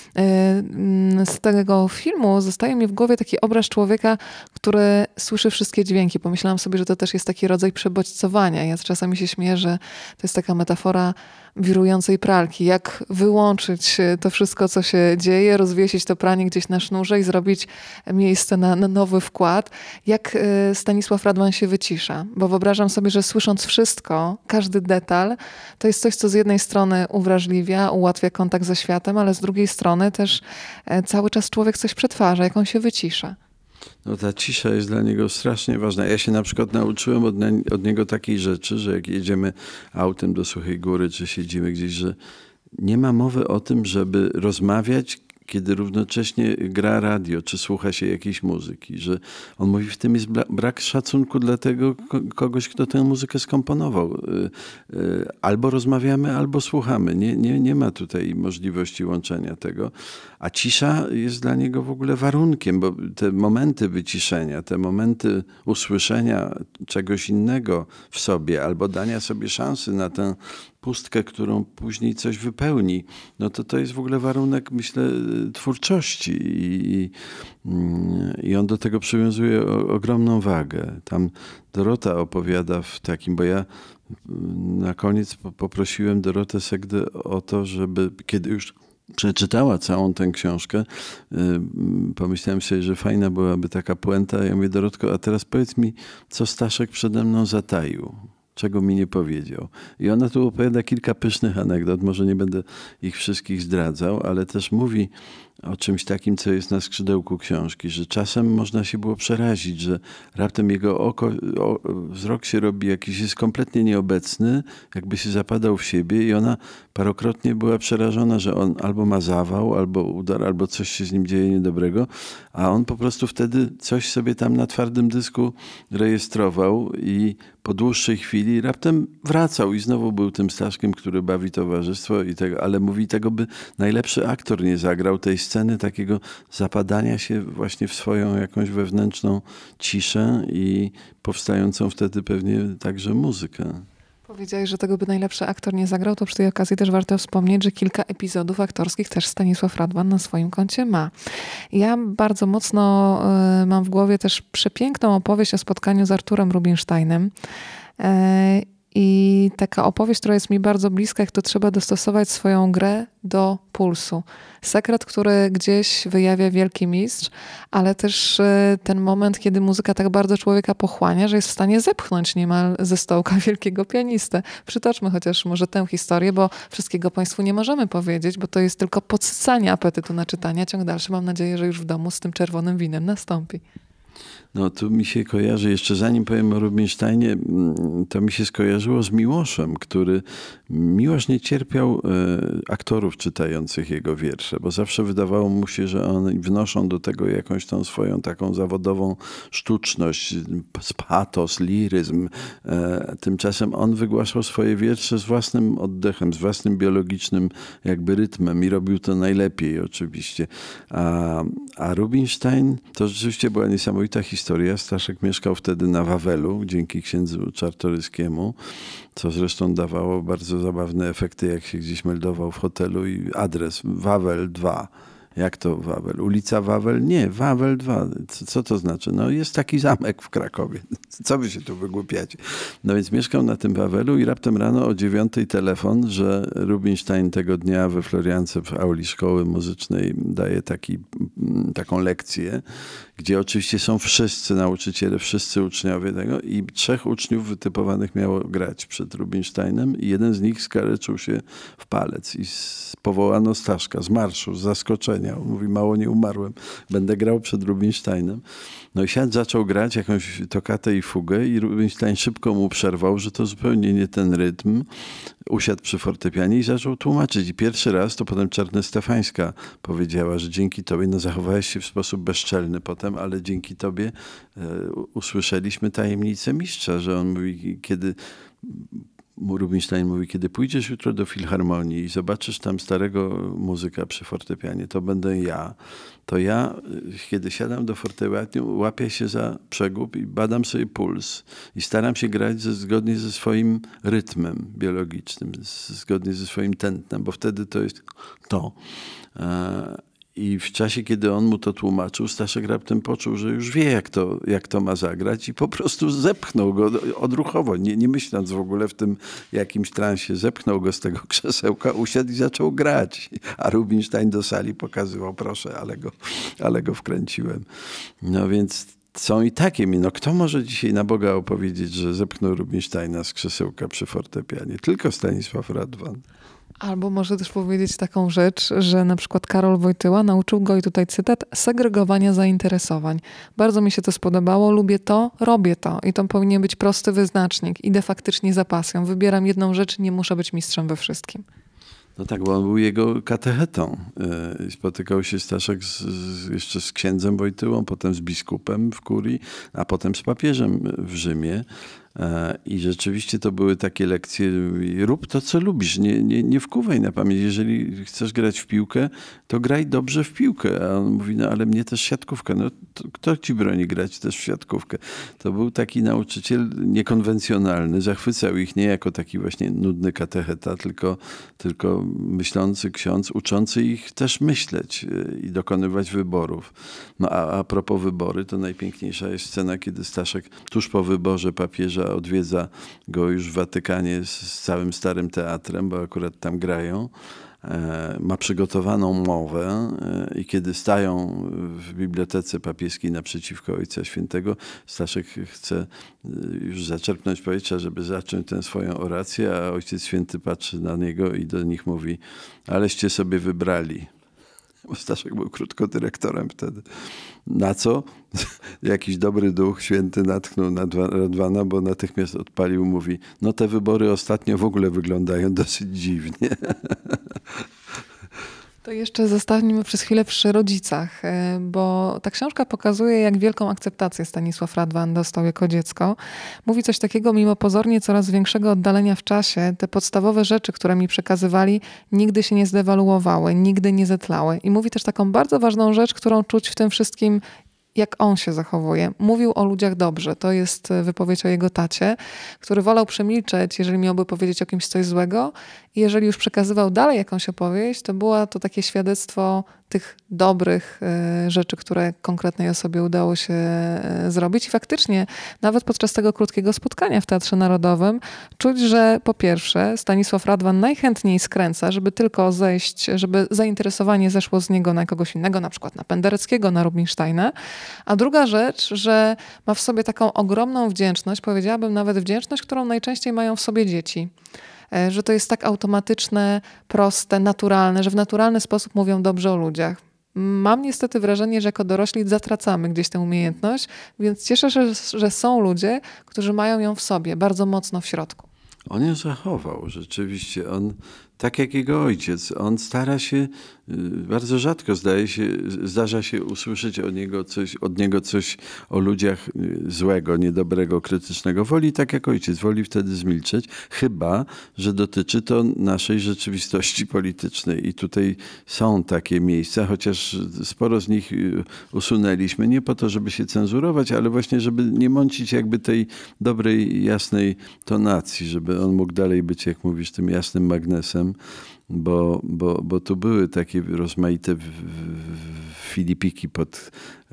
Z tego filmu zostaje mi w głowie taki obraz człowieka, który słyszy wszystkie dźwięki. Pomyślałam sobie, że to też jest taki rodzaj przebodźcowania. Ja czasami się śmieję, że to jest taka metafora wirującej pralki. Jak wyłączyć to wszystko, co się dzieje, rozwiesić to pranie gdzieś na sznurze i zrobić miejsce na nowy wkład. Jak Stanisław Radwan się wycisza. Bo wyobrażam sobie, że słysząc wszystko, każdy detal, to jest coś, co z jednej strony uwrażliwia, ułatwia kontakt ze światem, ale z drugiej strony też cały czas człowiek coś przetwarza, jak on się wycisza. No ta cisza jest dla niego strasznie ważna. Ja się na przykład nauczyłem od niego takiej rzeczy, że jak jedziemy autem do Suchej Góry, czy siedzimy gdzieś, że nie ma mowy o tym, żeby rozmawiać, kiedy równocześnie gra radio, czy słucha się jakiejś muzyki, że on mówi, w tym jest brak szacunku dla tego kogoś, kto tę muzykę skomponował. Albo rozmawiamy, albo słuchamy. Nie ma tutaj możliwości łączenia tego. A cisza jest dla niego w ogóle warunkiem, bo te momenty wyciszenia, te momenty usłyszenia czegoś innego w sobie, albo dania sobie szansy na tę pustkę, którą później coś wypełni, no to jest w ogóle warunek, myślę, twórczości i on do tego przywiązuje ogromną wagę. Tam Dorota opowiada w takim, bo ja na koniec poprosiłem Dorotę Segdę o to, żeby, kiedy już przeczytała całą tę książkę, pomyślałem sobie, że fajna byłaby taka puenta. Ja mówię, Dorotko, a teraz powiedz mi, co Staszek przede mną zataił, czego mi nie powiedział. I ona tu opowiada kilka pysznych anegdot, może nie będę ich wszystkich zdradzał, ale też mówi o czymś takim, co jest na skrzydełku książki, że czasem można się było przerazić, że raptem jego wzrok się robi jakiś, jest kompletnie nieobecny, jakby się zapadał w siebie i ona parokrotnie była przerażona, że on albo ma zawał, albo udar, albo coś się z nim dzieje niedobrego, a on po prostu wtedy coś sobie tam na twardym dysku rejestrował i po dłuższej chwili raptem wracał i znowu był tym Staszkiem, który bawi towarzystwo i tego, ale mówi, tego by najlepszy aktor nie zagrał, tej sceny takiego zapadania się właśnie w swoją jakąś wewnętrzną ciszę i powstającą wtedy pewnie także muzykę. Powiedziałeś, że tego by najlepszy aktor nie zagrał, to przy tej okazji też warto wspomnieć, że kilka epizodów aktorskich też Stanisław Radwan na swoim koncie ma. Ja bardzo mocno mam w głowie też przepiękną opowieść o spotkaniu z Arturem Rubinsteinem. I taka opowieść, która jest mi bardzo bliska, jak to trzeba dostosować swoją grę do pulsu. Sekret, który gdzieś wyjawia wielki mistrz, ale też ten moment, kiedy muzyka tak bardzo człowieka pochłania, że jest w stanie zepchnąć niemal ze stołka wielkiego pianistę. Przytoczmy chociaż może tę historię, bo wszystkiego Państwu nie możemy powiedzieć, bo to jest tylko podsycanie apetytu na czytanie. Ciąg dalszy, mam nadzieję, że już w domu z tym czerwonym winem nastąpi. No tu mi się kojarzy, jeszcze zanim powiem o Rubinsteinie, to mi się skojarzyło z Miłoszem, Miłosz nie cierpiał aktorów czytających jego wiersze, bo zawsze wydawało mu się, że oni wnoszą do tego jakąś tą swoją taką zawodową sztuczność, patos, liryzm. Tymczasem on wygłaszał swoje wiersze z własnym oddechem, z własnym biologicznym jakby rytmem i robił to najlepiej oczywiście. A Rubinstein to rzeczywiście była niesamowita historia. Staszek mieszkał wtedy na Wawelu, dzięki księdzu Czartoryskiemu, co zresztą dawało bardzo zabawne efekty, jak się gdzieś meldował w hotelu i adres Wawel 2. Jak to Wawel? Ulica Wawel? Nie, Wawel 2. Co to znaczy? No jest taki zamek w Krakowie. Co wy się tu wygłupiacie? No więc mieszkał na tym Wawelu i raptem rano o 9:00 telefon, że Rubinstein tego dnia we Floriance w auli szkoły muzycznej daje taką lekcję, gdzie oczywiście są wszyscy nauczyciele, wszyscy uczniowie tego i 3 uczniów wytypowanych miało grać przed Rubinsteinem i jeden z nich skaleczył się w palec i powołano Staszka z marszu, z zaskoczenia. On mówi, mało nie umarłem, będę grał przed Rubinsteinem. No i siad zaczął grać jakąś tokatę i fugę i Rubinstein szybko mu przerwał, że to zupełnie nie ten rytm. Usiadł przy fortepianie i zaczął tłumaczyć. I pierwszy raz to potem Czarny-Stefańska powiedziała, że dzięki tobie, no zachowałeś się w sposób bezczelny potem, ale dzięki tobie usłyszeliśmy tajemnicę mistrza, że on mówi, Rubinstein mówi, kiedy pójdziesz jutro do filharmonii i zobaczysz tam starego muzyka przy fortepianie, to będę ja. To ja, kiedy siadam do fortepianu, łapię się za przegub i badam sobie puls i staram się grać zgodnie ze swoim rytmem biologicznym, zgodnie ze swoim tętnem, bo wtedy to jest to. I w czasie, kiedy on mu to tłumaczył, Staszek raptem poczuł, że już wie, jak to ma zagrać i po prostu zepchnął go odruchowo, nie myśląc w ogóle w tym jakimś transie. Zepchnął go z tego krzesełka, usiadł i zaczął grać. A Rubinstein do sali pokazywał, proszę, ale go wkręciłem. No więc są i takie no kto może dzisiaj na Boga opowiedzieć, że zepchnął Rubinsteina z krzesełka przy fortepianie? Tylko Stanisław Radwan. Albo może też powiedzieć taką rzecz, że na przykład Karol Wojtyła nauczył go, i tutaj cytat, segregowania zainteresowań. Bardzo mi się to spodobało, lubię to, robię to. I to powinien być prosty wyznacznik. Idę faktycznie za pasją. Wybieram jedną rzecz, nie muszę być mistrzem we wszystkim. No tak, bo on był jego katechetą. Spotykał się Staszek jeszcze z księdzem Wojtyłą, potem z biskupem w kurii, a potem z papieżem w Rzymie. I rzeczywiście to były takie lekcje, rób to, co lubisz, nie wkuwaj na pamięć. Jeżeli chcesz grać w piłkę, to graj dobrze w piłkę. A on mówi, no ale mnie też siatkówka. No kto ci broni grać też w siatkówkę? To był taki nauczyciel niekonwencjonalny, zachwycał ich nie jako taki właśnie nudny katecheta, tylko myślący ksiądz, uczący ich też myśleć i dokonywać wyborów. No a propos wybory, to najpiękniejsza jest scena, kiedy Staszek tuż po wyborze papieża odwiedza go już w Watykanie z całym Starym Teatrem, bo akurat tam grają. ma przygotowaną mowę i kiedy stają w bibliotece papieskiej naprzeciwko Ojca Świętego, Staszek chce już zaczerpnąć powietrza, żeby zacząć tę swoją orację, a Ojciec Święty patrzy na niego i do nich mówi: aleście sobie wybrali. Bo Staszek był krótkodyrektorem wtedy. Na co jakiś dobry duch święty natknął na Radwana, bo natychmiast odpalił, mówi: no te wybory ostatnio w ogóle wyglądają dosyć dziwnie. To jeszcze zostańmy przez chwilę przy rodzicach, bo ta książka pokazuje, jak wielką akceptację Stanisław Radwan dostał jako dziecko. Mówi coś takiego: mimo pozornie coraz większego oddalenia w czasie, te podstawowe rzeczy, które mi przekazywali, nigdy się nie zdewaluowały, nigdy nie zetlały. I mówi też taką bardzo ważną rzecz, którą czuć w tym wszystkim, jak on się zachowuje. Mówił o ludziach dobrze. To jest wypowiedź o jego tacie, który wolał przemilczeć, jeżeli miałby powiedzieć o kimś coś złego. I jeżeli już przekazywał dalej jakąś opowieść, to było to takie świadectwo tych dobrych rzeczy, które konkretnej osobie udało się zrobić. I faktycznie nawet podczas tego krótkiego spotkania w Teatrze Narodowym czuć, że po pierwsze Stanisław Radwan najchętniej skręca, żeby tylko zejść, żeby zainteresowanie zeszło z niego na kogoś innego, na przykład na Pendereckiego, na Rubinsteina. A druga rzecz, że ma w sobie taką ogromną wdzięczność, powiedziałabym nawet wdzięczność, którą najczęściej mają w sobie dzieci. Że to jest tak automatyczne, proste, naturalne, że w naturalny sposób mówią dobrze o ludziach. Mam niestety wrażenie, że jako dorośli zatracamy gdzieś tę umiejętność, więc cieszę się, że są ludzie, którzy mają ją w sobie, bardzo mocno w środku. On ją zachował rzeczywiście. On, tak jak jego ojciec, on stara się, bardzo rzadko zdarza się usłyszeć od niego coś o ludziach złego, niedobrego, krytycznego. Woli tak jak ojciec, woli wtedy zmilczeć, chyba że dotyczy to naszej rzeczywistości politycznej. I tutaj są takie miejsca, chociaż sporo z nich usunęliśmy, nie po to, żeby się cenzurować, ale właśnie, żeby nie mącić jakby tej dobrej, jasnej tonacji, żeby on mógł dalej być, jak mówisz, tym jasnym magnesem. Bo tu były takie rozmaite filipiki pod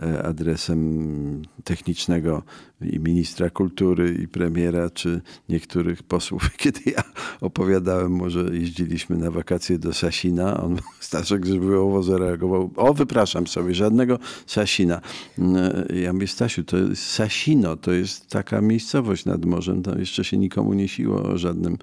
adresem technicznego i ministra kultury, i premiera, czy niektórych posłów. Kiedy ja opowiadałem, może jeździliśmy na wakacje do Sasina, on, Staszek żywiołowo zareagował: o, wypraszam sobie, żadnego Sasina. Ja mówię: Stasiu, to jest Sasino, to jest taka miejscowość nad morzem, tam jeszcze się nikomu nie siło o żadnym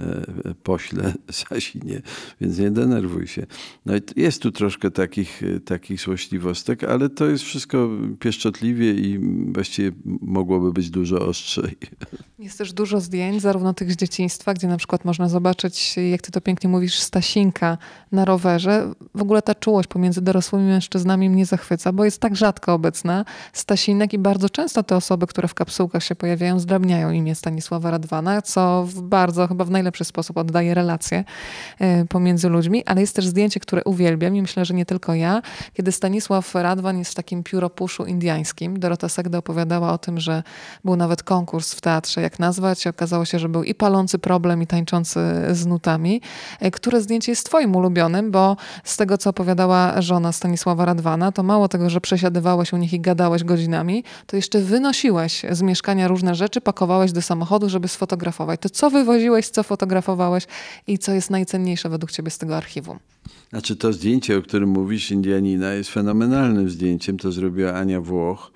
pośle Sasinie, więc nie denerwuj się. No i jest tu troszkę takich złośliwostek, ale to jest wszystko pieszczotliwie i właściwie mogłoby być dużo ostrzej. Jest też dużo zdjęć, zarówno tych z dzieciństwa, gdzie na przykład można zobaczyć, jak ty to pięknie mówisz, Stasinka na rowerze. W ogóle ta czułość pomiędzy dorosłymi mężczyznami mnie zachwyca, bo jest tak rzadko obecna. Stasinek i bardzo często te osoby, które w kapsułkach się pojawiają, zdrabniają imię Stanisława Radwana, co chyba w najlepszy sposób oddaje relacje pomiędzy ludźmi, ale jest też zdjęcie, które uwielbiam i myślę, że nie tylko ja, kiedy Stanisław Radwan jest w takim pióropuszu indiańskim. Dorota Segda opowiadała o tym, że był nawet konkurs w teatrze, jak nazwać. Okazało się, że był i palący problem, i tańczący z nutami. Które zdjęcie jest twoim ulubionym, bo z tego, co opowiadała żona Stanisława Radwana, to mało tego, że przesiadywałeś u nich i gadałeś godzinami, to jeszcze wynosiłeś z mieszkania różne rzeczy, pakowałeś do samochodu, żeby sfotografować. To co wywoziłeś, co fotografowałeś i co jest najcenniejsze według ciebie z tego archiwum? Znaczy, to zdjęcie, o którym mówisz, Indianina, jest fenomenalnym zdjęciem. To zrobiła Ania Włoch.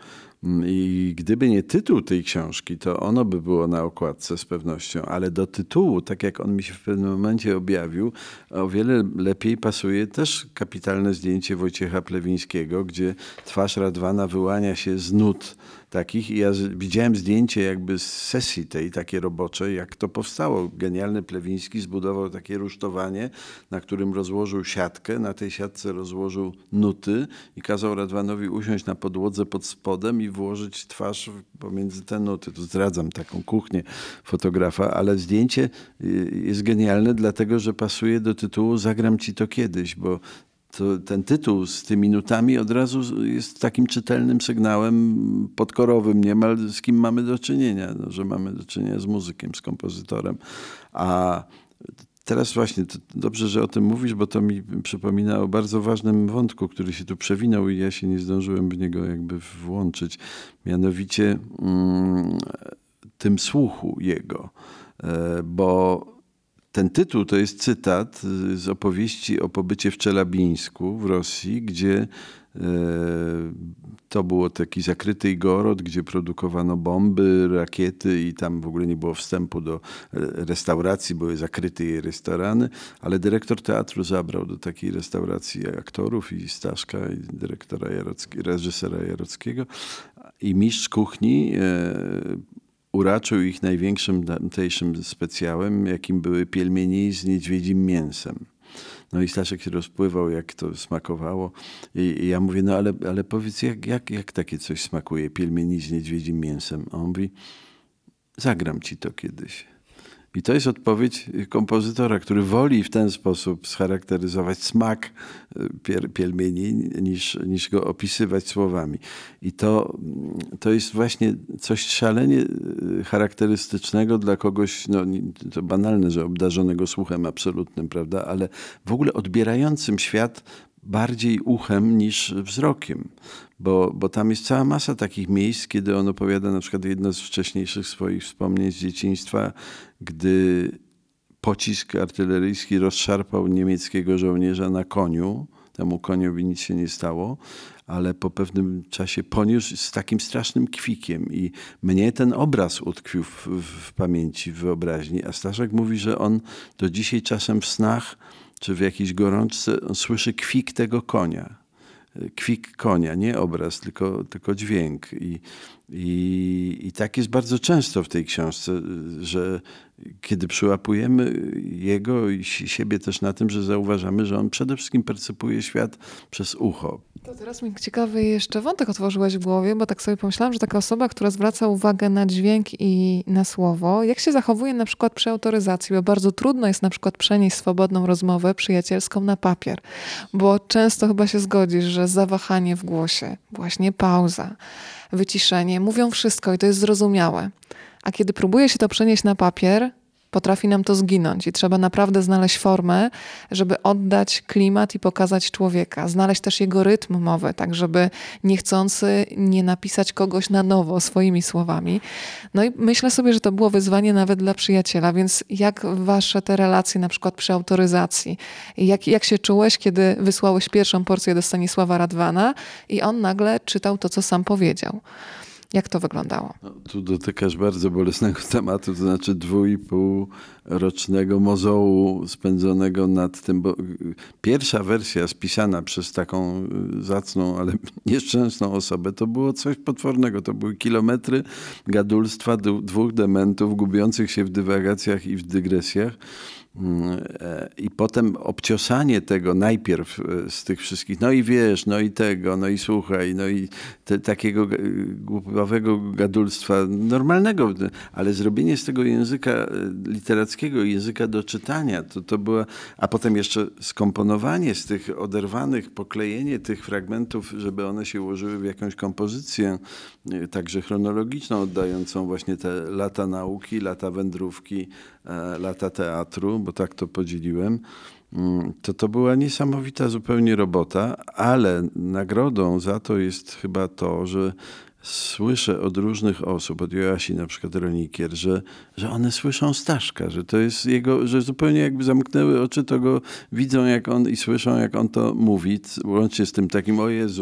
I gdyby nie tytuł tej książki, to ono by było na okładce z pewnością, ale do tytułu, tak jak on mi się w pewnym momencie objawił, o wiele lepiej pasuje też kapitalne zdjęcie Wojciecha Plewińskiego, gdzie twarz Radwana wyłania się z nut takich i ja widziałem zdjęcie jakby z sesji tej, takie roboczej, jak to powstało. Genialny Plewiński zbudował takie rusztowanie, na którym rozłożył siatkę, na tej siatce rozłożył nuty i kazał Radwanowi usiąść na podłodze pod spodem i włożyć twarz pomiędzy te nuty. Tu zdradzam taką kuchnię fotografa, ale zdjęcie jest genialne, dlatego że pasuje do tytułu Zagram ci to kiedyś, bo ten tytuł z tymi nutami od razu jest takim czytelnym sygnałem podkorowym niemal, z kim mamy do czynienia, no, że mamy do czynienia z muzykiem, z kompozytorem. A teraz właśnie, dobrze, że o tym mówisz, bo to mi przypomina o bardzo ważnym wątku, który się tu przewinął i ja się nie zdążyłem w niego jakby włączyć. Mianowicie tym słuchu jego, bo Ten tytuł to jest cytat z opowieści o pobycie w Czelabińsku w Rosji, gdzie to było taki zakryty igorod, gdzie produkowano bomby, rakiety i tam w ogóle nie było wstępu do restauracji, były zakryte jej restorany, ale dyrektor teatru zabrał do takiej restauracji aktorów i Staszka, i dyrektora reżysera Jarockiego, i mistrz kuchni uraczył ich największym tamtejszym specjałem, jakim były pielmieni z niedźwiedzim mięsem. No i Staszek się rozpływał, jak to smakowało. I ja mówię, no ale powiedz, jak takie coś smakuje, pielmieni z niedźwiedzim mięsem? A on mówi, zagram ci to kiedyś. I to jest odpowiedź kompozytora, który woli w ten sposób scharakteryzować smak pielmieni, niż go opisywać słowami. I to jest właśnie coś szalenie charakterystycznego dla kogoś, no to banalne, że obdarzonego słuchem absolutnym, prawda, ale w ogóle odbierającym świat bardziej uchem niż wzrokiem. Bo tam jest cała masa takich miejsc, kiedy on opowiada na przykład jedno z wcześniejszych swoich wspomnień z dzieciństwa, gdy pocisk artyleryjski rozszarpał niemieckiego żołnierza na koniu. Temu koniowi nic się nie stało, ale po pewnym czasie poniósł z takim strasznym kwikiem i mnie ten obraz utkwił w pamięci, w wyobraźni. A Staszek mówi, że on do dzisiaj czasem w snach czy w jakiejś gorączce on słyszy kwik tego konia. Kwik konia, nie obraz, tylko dźwięk. I tak jest bardzo często w tej książce, że kiedy przyłapujemy jego i siebie też na tym, że zauważamy, że on przede wszystkim percypuje świat przez ucho. To teraz mi ciekawy jeszcze wątek otworzyłeś w głowie, bo tak sobie pomyślałam, że taka osoba, która zwraca uwagę na dźwięk i na słowo, jak się zachowuje na przykład przy autoryzacji, bo bardzo trudno jest na przykład przenieść swobodną rozmowę przyjacielską na papier, bo często chyba się zgodzisz, że zawahanie w głosie, właśnie pauza, wyciszenie, mówią wszystko i to jest zrozumiałe. A kiedy próbuje się to przenieść na papier, potrafi nam to zginąć i trzeba naprawdę znaleźć formę, żeby oddać klimat i pokazać człowieka. Znaleźć też jego rytm mowy, tak żeby niechcący nie napisać kogoś na nowo swoimi słowami. No i myślę sobie, że to było wyzwanie nawet dla przyjaciela, więc jak wasze te relacje na przykład przy autoryzacji? Jak się czułeś, kiedy wysłałeś pierwszą porcję do Stanisława Radwana i on nagle czytał to, co sam powiedział? Jak to wyglądało? No, tu dotykasz bardzo bolesnego tematu, to znaczy 2,5-rocznego mozołu spędzonego nad tym, bo pierwsza wersja spisana przez taką zacną, ale nieszczęsną osobę, to było coś potwornego. To były kilometry gadulstwa dwóch dementów gubiących się w dywagacjach i w dygresjach. I potem obciosanie tego najpierw z tych wszystkich, no i wiesz, no i tego, no i słuchaj, no i takiego głupawego gadulstwa normalnego, ale zrobienie z tego języka literackiego, języka do czytania, to była, a potem jeszcze skomponowanie z tych oderwanych, poklejenie tych fragmentów, żeby one się ułożyły w jakąś kompozycję, także chronologiczną, oddającą właśnie te lata nauki, lata wędrówki, lata teatru, bo tak to podzieliłem, to była niesamowita zupełnie robota, ale nagrodą za to jest chyba to, że słyszę od różnych osób, od Joasi na przykład Ronikier, że one słyszą Staszka, że to jest jego, że zupełnie jakby zamknęły oczy, to go widzą jak on i słyszą jak on to mówi, łącznie z tym takim o Jezu.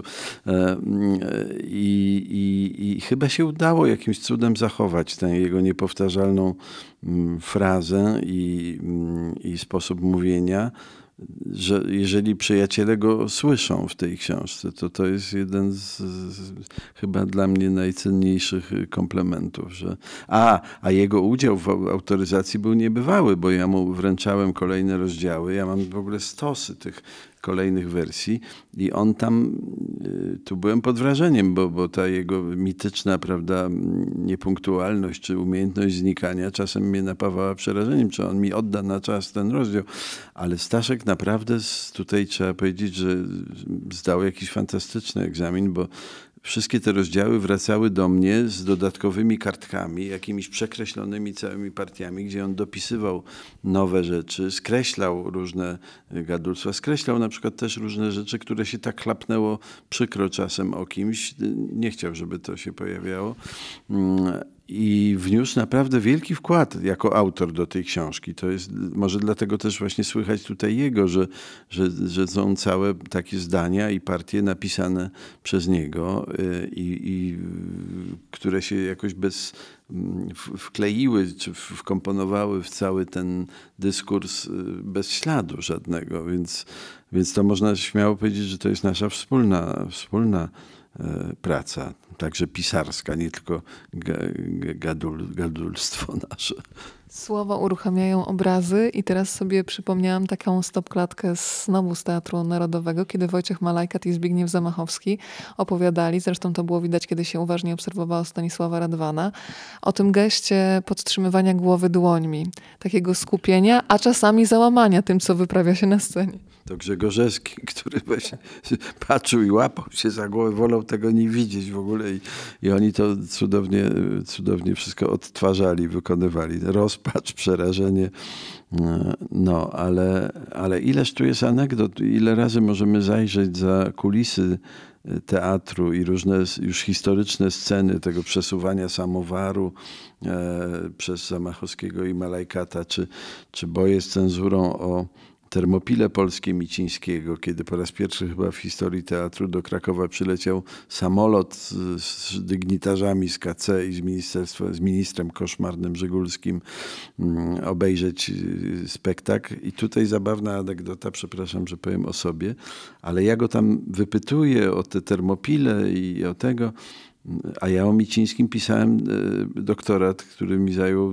I chyba się udało jakimś cudem zachować tę jego niepowtarzalną frazę i sposób mówienia, że jeżeli przyjaciele go słyszą w tej książce, to jest jeden z chyba dla mnie najcenniejszych komplementów. A jego udział w autoryzacji był niebywały, bo ja mu wręczałem kolejne rozdziały. Ja mam w ogóle stosy tych kolejnych wersji i on tam, tu byłem pod wrażeniem, bo ta jego mityczna, prawda, niepunktualność czy umiejętność znikania czasem mnie napawała przerażeniem, czy on mi odda na czas ten rozdział. Ale Staszek naprawdę tutaj trzeba powiedzieć, że zdał jakiś fantastyczny egzamin, bo wszystkie te rozdziały wracały do mnie z dodatkowymi kartkami, jakimiś przekreślonymi całymi partiami, gdzie on dopisywał nowe rzeczy, skreślał różne gadulstwa, skreślał na przykład też różne rzeczy, które się tak chlapnęło przykro czasem o kimś. Nie chciał, żeby to się pojawiało. I wniósł naprawdę wielki wkład jako autor do tej książki. To jest może dlatego też właśnie słychać tutaj jego, że są całe takie zdania i partie napisane przez niego i które się jakoś wkleiły czy wkomponowały w cały ten dyskurs bez śladu żadnego. Więc to można śmiało powiedzieć, że to jest nasza wspólna praca, także pisarska, nie tylko gadulstwo nasze. Słowa uruchamiają obrazy i teraz sobie przypomniałam taką stopklatkę znowu z Teatru Narodowego, kiedy Wojciech Malajkat i Zbigniew Zamachowski opowiadali, zresztą to było widać, kiedy się uważnie obserwowało Stanisława Radwana, o tym geście podtrzymywania głowy dłońmi, takiego skupienia, a czasami załamania tym, co wyprawia się na scenie. To Grzegorzewski, który właśnie patrzył i łapał się za głowę, wolał tego nie widzieć w ogóle i oni to cudownie wszystko odtwarzali, wykonywali. Rozpacz, przerażenie. No, ale ileż tu jest anegdot, ile razy możemy zajrzeć za kulisy teatru i różne już historyczne sceny tego przesuwania samowaru przez Zamachowskiego i Malajkata, czy boje z cenzurą o Termopile Polskie Micińskiego, kiedy po raz pierwszy chyba w historii teatru do Krakowa przyleciał samolot z dygnitarzami z KC i z ministrem koszmarnym Żygulskim obejrzeć spektakl. I tutaj zabawna anegdota, przepraszam, że powiem o sobie, ale ja go tam wypytuję o te Termopile i o tego. A ja o Micińskim pisałem doktorat, który mi zajął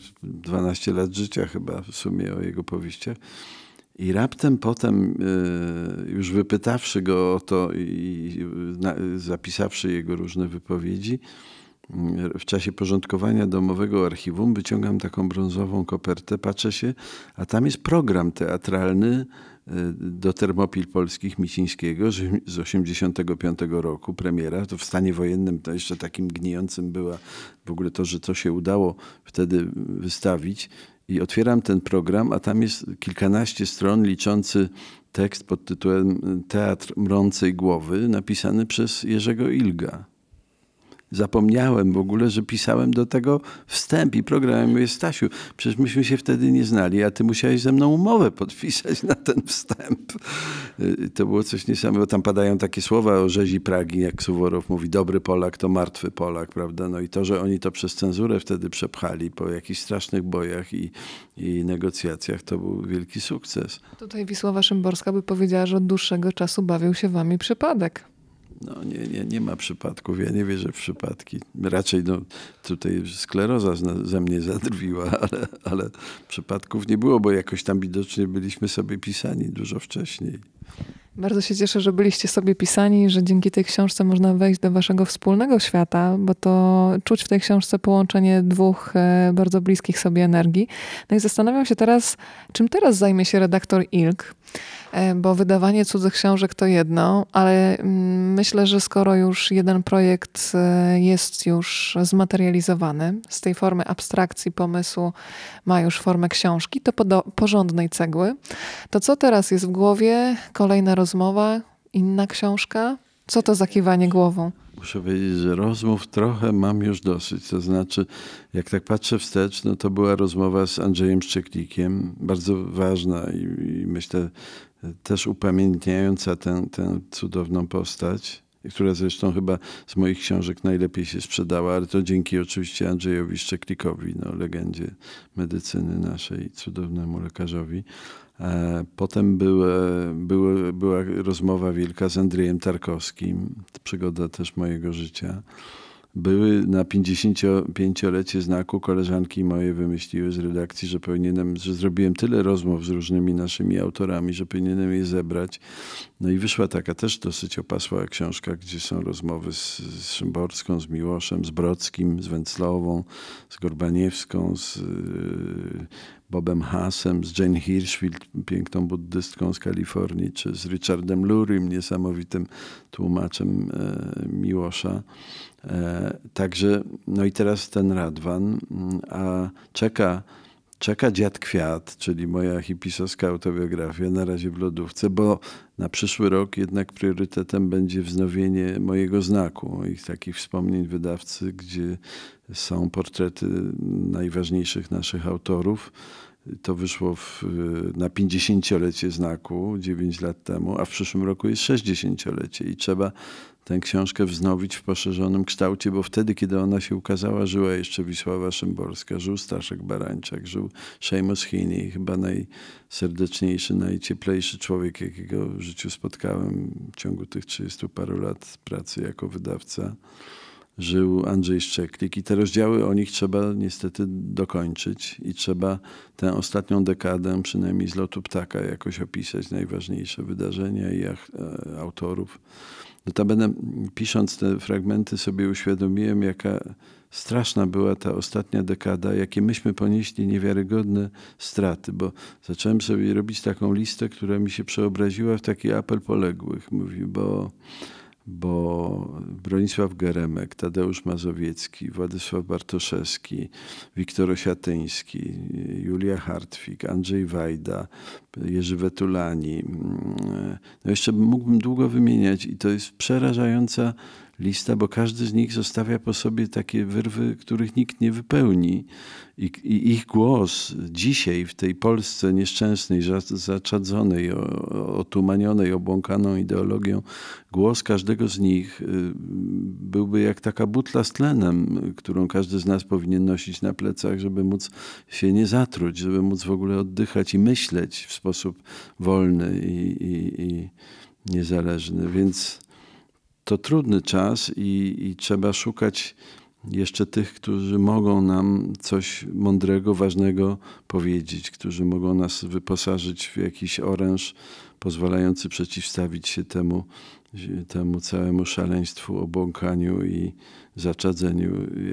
12 lat życia chyba w sumie o jego powieściach. I raptem potem, już wypytawszy go o to i zapisawszy jego różne wypowiedzi, w czasie porządkowania domowego archiwum wyciągam taką brązową kopertę, patrzę się, a tam jest program teatralny do Termopil Polskich Micińskiego z 85 roku, premiera. To w stanie wojennym to jeszcze takim gnijącym była w ogóle to, że to się udało wtedy wystawić. I otwieram ten program, a tam jest kilkanaście stron liczący tekst pod tytułem Teatr Mrącej Głowy, napisany przez Jerzego Ilga. Zapomniałem w ogóle, że pisałem do tego wstęp i program. Ja mówię, Stasiu, przecież myśmy się wtedy nie znali, a ty musiałeś ze mną umowę podpisać na ten wstęp. To było coś niesamowitego. Tam padają takie słowa o rzezi Pragi, jak Suworow mówi, dobry Polak to martwy Polak, prawda? No i to, że oni to przez cenzurę wtedy przepchali po jakichś strasznych bojach i negocjacjach, to był wielki sukces. Tutaj Wisława Szymborska by powiedziała, że od dłuższego czasu bawił się wami przypadek. No nie ma przypadków. Ja nie wierzę w przypadki. Raczej tutaj skleroza ze mnie zadrwiła, ale przypadków nie było, bo jakoś tam widocznie byliśmy sobie pisani dużo wcześniej. Bardzo się cieszę, że byliście sobie pisani, że dzięki tej książce można wejść do waszego wspólnego świata, bo to czuć w tej książce połączenie dwóch bardzo bliskich sobie energii. No i zastanawiam się teraz, czym teraz zajmie się redaktor Ilg, bo wydawanie cudzych książek to jedno, ale myślę, że skoro już jeden projekt jest już zmaterializowany, z tej formy abstrakcji pomysłu ma już formę książki, to porządnej cegły, to co teraz jest w głowie? Kolejna rozmowa, inna książka? Co to za kiwanie głową? Muszę powiedzieć, że rozmów trochę mam już dosyć. To znaczy, jak tak patrzę wstecz, no to była rozmowa z Andrzejem Szczeklikiem, bardzo ważna i myślę też upamiętniająca tę cudowną postać, która zresztą chyba z moich książek najlepiej się sprzedała, ale to dzięki oczywiście Andrzejowi Szczeklikowi, legendzie medycyny naszej, cudownemu lekarzowi. Potem była rozmowa wielka z Andrzejem Tarkowskim, przygoda też mojego życia. Były na 55-lecie Znaku, koleżanki moje wymyśliły z redakcji, że zrobiłem tyle rozmów z różnymi naszymi autorami, że powinienem je zebrać. No i wyszła taka też dosyć opasła książka, gdzie są rozmowy z Szymborską, z Miłoszem, z Brodskim, z Węclową, z Gorbaniewską, z Bobem Haasem, z Jane Hirschfield, piękną buddystką z Kalifornii, czy z Richardem Lurym, niesamowitym tłumaczem Miłosza. Także, no i teraz ten Radwan, a czeka czeka Dziad Kwiat, czyli moja hipisowska autobiografia, na razie w lodówce, bo na przyszły rok jednak priorytetem będzie wznowienie mojego znaku, moich takich wspomnień wydawcy, gdzie są portrety najważniejszych naszych autorów. To wyszło na 50-lecie znaku 9 lat temu, a w przyszłym roku jest 60-lecie i trzeba tę książkę wznowić w poszerzonym kształcie, bo wtedy, kiedy ona się ukazała, żyła jeszcze Wisława Szymborska, żył Staszek Barańczak, żył Seamus Heaney, chyba najserdeczniejszy, najcieplejszy człowiek, jakiego w życiu spotkałem w ciągu tych 30 paru lat pracy jako wydawca. Żył Andrzej Szczeklik i te rozdziały, o nich trzeba niestety dokończyć i trzeba tę ostatnią dekadę, przynajmniej z lotu ptaka, jakoś opisać, najważniejsze wydarzenia i autorów. Notabene, pisząc te fragmenty, sobie uświadomiłem, jaka straszna była ta ostatnia dekada, jakie myśmy ponieśli niewiarygodne straty, bo zacząłem sobie robić taką listę, która mi się przeobraziła w taki apel poległych. Mówi, bo Bronisław Geremek, Tadeusz Mazowiecki, Władysław Bartoszewski, Wiktor Osiatyński, Julia Hartwig, Andrzej Wajda, Jerzy Wetulani. No jeszcze mógłbym długo wymieniać i to jest przerażająca lista, bo każdy z nich zostawia po sobie takie wyrwy, których nikt nie wypełni. I ich głos dzisiaj w tej Polsce nieszczęsnej, zaczadzonej, otumanionej, obłąkaną ideologią, głos każdego z nich byłby jak taka butla z tlenem, którą każdy z nas powinien nosić na plecach, żeby móc się nie zatruć, żeby móc w ogóle oddychać i myśleć w sposób wolny i niezależny. Więc to trudny czas i trzeba szukać jeszcze tych, którzy mogą nam coś mądrego, ważnego powiedzieć, którzy mogą nas wyposażyć w jakiś oręż pozwalający przeciwstawić się temu całemu szaleństwu, obłąkaniu i zaczadzeniu,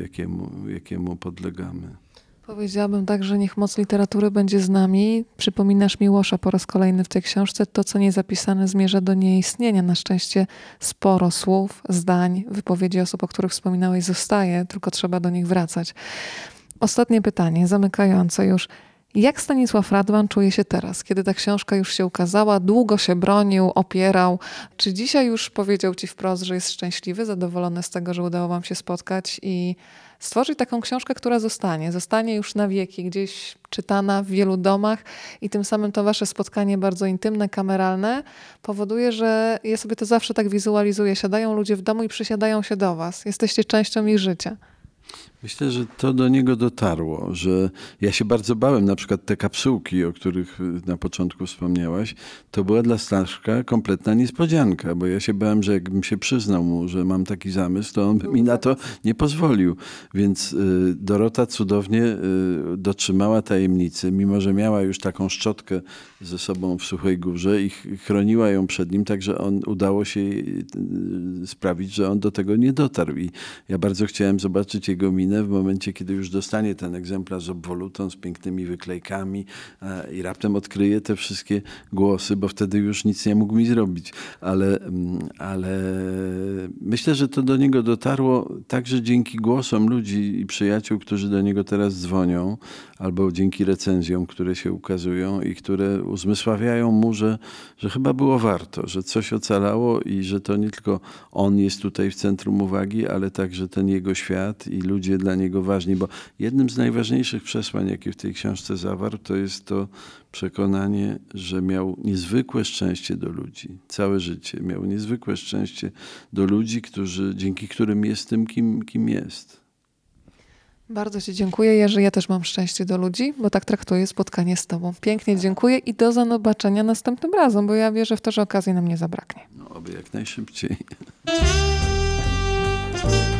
jakiemu podlegamy. Powiedziałabym tak, że niech moc literatury będzie z nami. Przypominasz Miłosza po raz kolejny w tej książce. To, co niezapisane, zmierza do nieistnienia. Na szczęście sporo słów, zdań, wypowiedzi osób, o których wspominałeś, zostaje, tylko trzeba do nich wracać. Ostatnie pytanie, zamykające już. Jak Stanisław Radwan czuje się teraz, kiedy ta książka już się ukazała, długo się bronił, opierał? Czy dzisiaj już powiedział ci wprost, że jest szczęśliwy, zadowolony z tego, że udało wam się spotkać i stworzyć taką książkę, która zostanie już na wieki, gdzieś czytana w wielu domach i tym samym to wasze spotkanie bardzo intymne, kameralne powoduje, że ja sobie to zawsze tak wizualizuję. Siadają ludzie w domu i przysiadają się do was. Jesteście częścią ich życia. Myślę, że to do niego dotarło, że ja się bardzo bałem, na przykład te kapsułki, o których na początku wspomniałaś, to była dla Staszka kompletna niespodzianka, bo ja się bałem, że jakbym się przyznał mu, że mam taki zamysł, to on by mi na to nie pozwolił. Więc Dorota cudownie dotrzymała tajemnicy, mimo że miała już taką szczotkę ze sobą w Suchej Górze i chroniła ją przed nim, także udało się sprawić, że on do tego nie dotarł. I ja bardzo chciałem zobaczyć jego minę w momencie, kiedy już dostanie ten egzemplarz z obwolutą, z pięknymi wyklejkami i raptem odkryje te wszystkie głosy, bo wtedy już nic nie mógł mi zrobić. Ale myślę, że to do niego dotarło także dzięki głosom ludzi i przyjaciół, którzy do niego teraz dzwonią, albo dzięki recenzjom, które się ukazują i które uzmysławiają mu, że chyba było warto, że coś ocalało i że to nie tylko on jest tutaj w centrum uwagi, ale także ten jego świat i ludzie dla niego ważni, bo jednym z najważniejszych przesłań, jakie w tej książce zawarł, to jest to przekonanie, że miał niezwykłe szczęście do ludzi. Całe życie miał niezwykłe szczęście do ludzi, dzięki którym jest tym, kim jest. Bardzo ci dziękuję, Jerzy. Ja też mam szczęście do ludzi, bo tak traktuję spotkanie z tobą. Pięknie dziękuję i do zobaczenia następnym razem, bo ja wierzę w to, że okazji nam nie zabraknie. No, oby jak najszybciej.